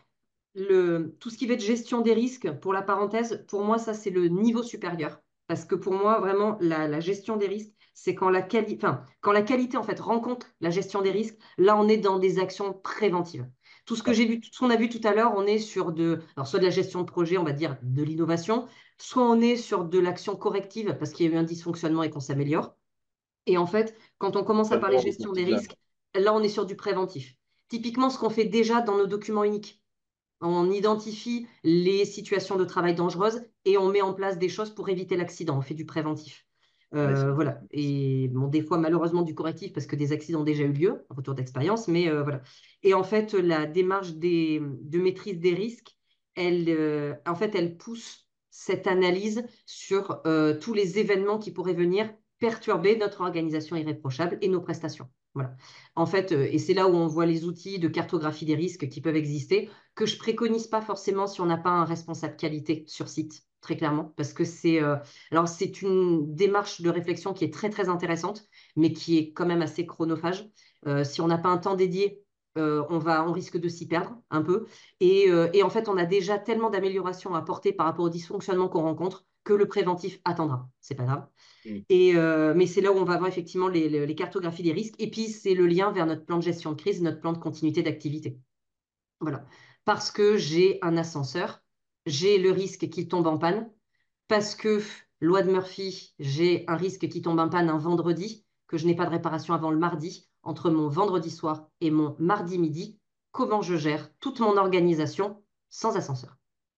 le, tout ce qui va être gestion des risques, pour la parenthèse, pour moi, ça, c'est le niveau supérieur. Parce que pour moi, vraiment, la, la gestion des risques, c'est quand la, quali enfin, quand la qualité, en fait, rencontre la gestion des risques, là, on est dans des actions préventives. Tout ce que Ouais. j'ai vu, tout ce qu'on a vu tout à l'heure, on est sur de, alors soit de la gestion de projet, on va dire de l'innovation, soit on est sur de l'action corrective parce qu'il y a eu un dysfonctionnement et qu'on s'améliore. Et en fait, quand on commence à parler Tellement au gestion des quotidien. risques, là, on est sur du préventif. Typiquement, ce qu'on fait déjà dans nos documents uniques. On identifie les situations de travail dangereuses et on met en place des choses pour éviter l'accident. On fait du préventif. Ouais, c'est- Euh, voilà. Et bon, des fois, malheureusement, du correctif parce que des accidents ont déjà eu lieu, retour d'expérience, mais euh, voilà. Et en fait, la démarche des, de maîtrise des risques, elle, euh, en fait, elle pousse cette analyse sur euh, tous les événements qui pourraient venir perturber notre organisation irréprochable et nos prestations. Voilà. En fait, euh, et c'est là où on voit les outils de cartographie des risques qui peuvent exister que je préconise pas forcément si on n'a pas un responsable qualité sur site, très clairement, parce que c'est euh, alors c'est une démarche de réflexion qui est très très intéressante, mais qui est quand même assez chronophage. Euh, si on n'a pas un temps dédié, euh, on va, on risque de s'y perdre un peu. Et, euh, et en fait, on a déjà tellement d'améliorations à apporter par rapport aux dysfonctionnements qu'on rencontre que le préventif attendra. C'est pas grave. Mm. Et, euh, mais c'est là où on va voir effectivement les, les, les cartographies des risques. Et puis, c'est le lien vers notre plan de gestion de crise, notre plan de continuité d'activité. Voilà. Parce que j'ai un ascenseur, j'ai le risque qu'il tombe en panne. Parce que, loi de Murphy, j'ai un risque qui tombe en panne un vendredi, que je n'ai pas de réparation avant le mardi. Entre mon vendredi soir et mon mardi midi, comment je gère toute mon organisation sans ascenseur?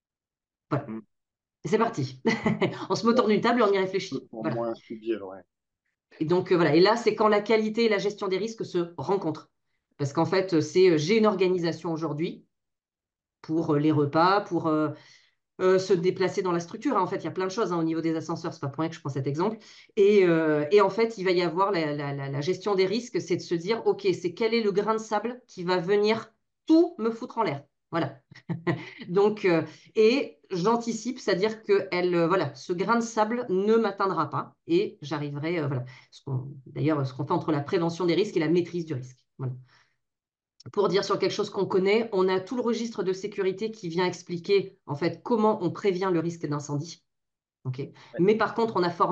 Voilà. Mm. Et c'est parti. On se met autour d'une table et on y réfléchit. Pour Voilà. moins subir, ouais. Et donc, euh, voilà. Et là, c'est quand la qualité et la gestion des risques se rencontrent. Parce qu'en fait, c'est euh, j'ai une organisation aujourd'hui pour euh, les repas, pour euh, euh, se déplacer dans la structure. Hein. En fait, il y a plein de choses hein, au niveau des ascenseurs. C'est pas pour rien que je prends cet exemple. Et, euh, et en fait, il va y avoir la, la, la, la gestion des risques, c'est de se dire, OK, c'est quel est le grain de sable qui va venir tout me foutre en l'air. Voilà. Donc, euh, et j'anticipe, c'est-à-dire que elle, euh, voilà, ce grain de sable ne m'atteindra pas et j'arriverai, euh, voilà. Ce qu'on- D'ailleurs, ce qu'on fait entre la prévention des risques et la maîtrise du risque. Voilà. Pour dire sur quelque chose qu'on connaît, on a tout le registre de sécurité qui vient expliquer en fait comment on prévient le risque d'incendie. Okay. Ouais. Mais par contre, on a formé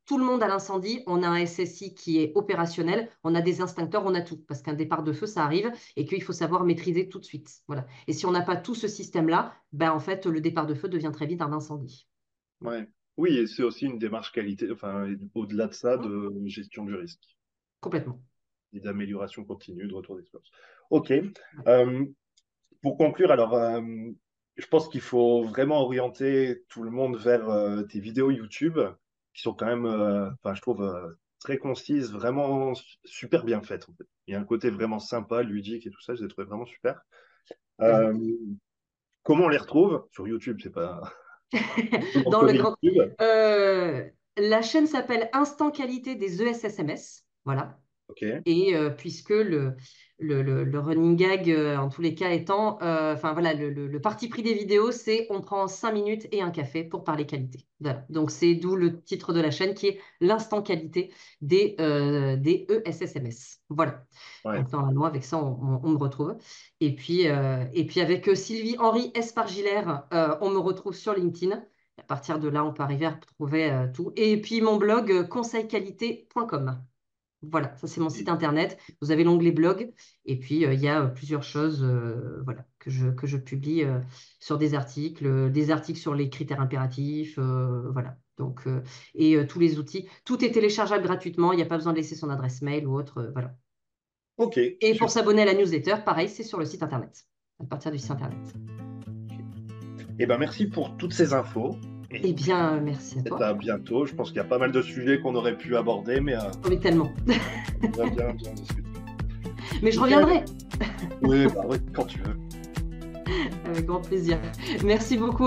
tout le monde à l'incendie, on a un S S I qui est opérationnel, on a des instincteurs, on a tout, parce qu'un départ de feu, ça arrive et qu'il faut savoir maîtriser tout de suite. Voilà. Et si on n'a pas tout ce système-là, ben, en fait, le départ de feu devient très vite un incendie. Ouais. Oui, et c'est aussi une démarche qualité, enfin, au-delà de ça, Mmh. de gestion du risque Complètement. et d'amélioration continue, de retour d'expérience. OK. Ouais. Euh, pour conclure, alors, euh, je pense qu'il faut vraiment orienter tout le monde vers euh, tes vidéos YouTube, qui sont quand même, euh, enfin, je trouve, euh, très concises, vraiment su- super bien faites, en fait. Il y a un côté vraiment sympa, ludique et tout ça, je les ai trouvées vraiment super. C'est Euh, gentil. comment on les retrouve? Sur YouTube, c'est pas... On Dans le connaît grand... YouTube. Euh, la chaîne s'appelle Instant Qualité des E S S M S. Voilà. OK. Et euh, puisque le, le, le, le running gag, euh, en tous les cas étant, euh, enfin voilà, le, le, le parti pris des vidéos, c'est on prend cinq minutes et un café pour parler qualité. Voilà. Donc c'est d'où le titre de la chaîne qui est l'instant qualité des, euh, des E S S M S. Voilà. Ouais. Donc normalement, avec ça, on, on- on me retrouve. Et puis, euh, et puis avec euh, Sylvie Henry Espargilère, euh, on me retrouve sur LinkedIn. À partir de là, on peut arriver à retrouver euh, tout. Et puis mon blog, euh, conseil qualité point com. Voilà, ça c'est mon site internet. Vous avez l'onglet blog et puis euh, il y a euh, plusieurs choses euh, voilà, que je, que je publie euh, sur des articles, euh, des articles sur les critères impératifs, euh, voilà. Donc, euh, et euh, tous les outils. Tout est téléchargeable gratuitement, il n'y a pas besoin de laisser son adresse mail ou autre, euh, voilà. OK. Et pour Super. s'abonner à la newsletter, pareil, c'est sur le site internet, à partir du site internet. Eh ben, merci pour toutes ces infos. Et Eh bien, euh, merci à peut-être toi. à bientôt. Je pense qu'il y a pas mal de sujets qu'on aurait pu aborder, mais euh, Oui, tellement. on va bien, bien discuter. Mais je Nickel. reviendrai Oui, bah oui, quand tu veux. avec grand plaisir. Merci beaucoup.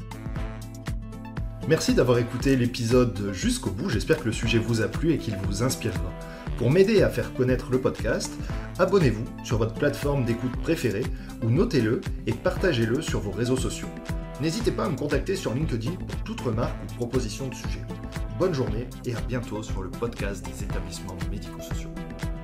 Merci d'avoir écouté l'épisode jusqu'au bout, j'espère que le sujet vous a plu et qu'il vous inspirera. Pour m'aider à faire connaître le podcast, abonnez-vous sur votre plateforme d'écoute préférée ou notez-le et partagez-le sur vos réseaux sociaux. N'hésitez pas à me contacter sur LinkedIn pour toute remarque ou proposition de sujet. Bonne journée et à bientôt sur le podcast des établissements médico-sociaux.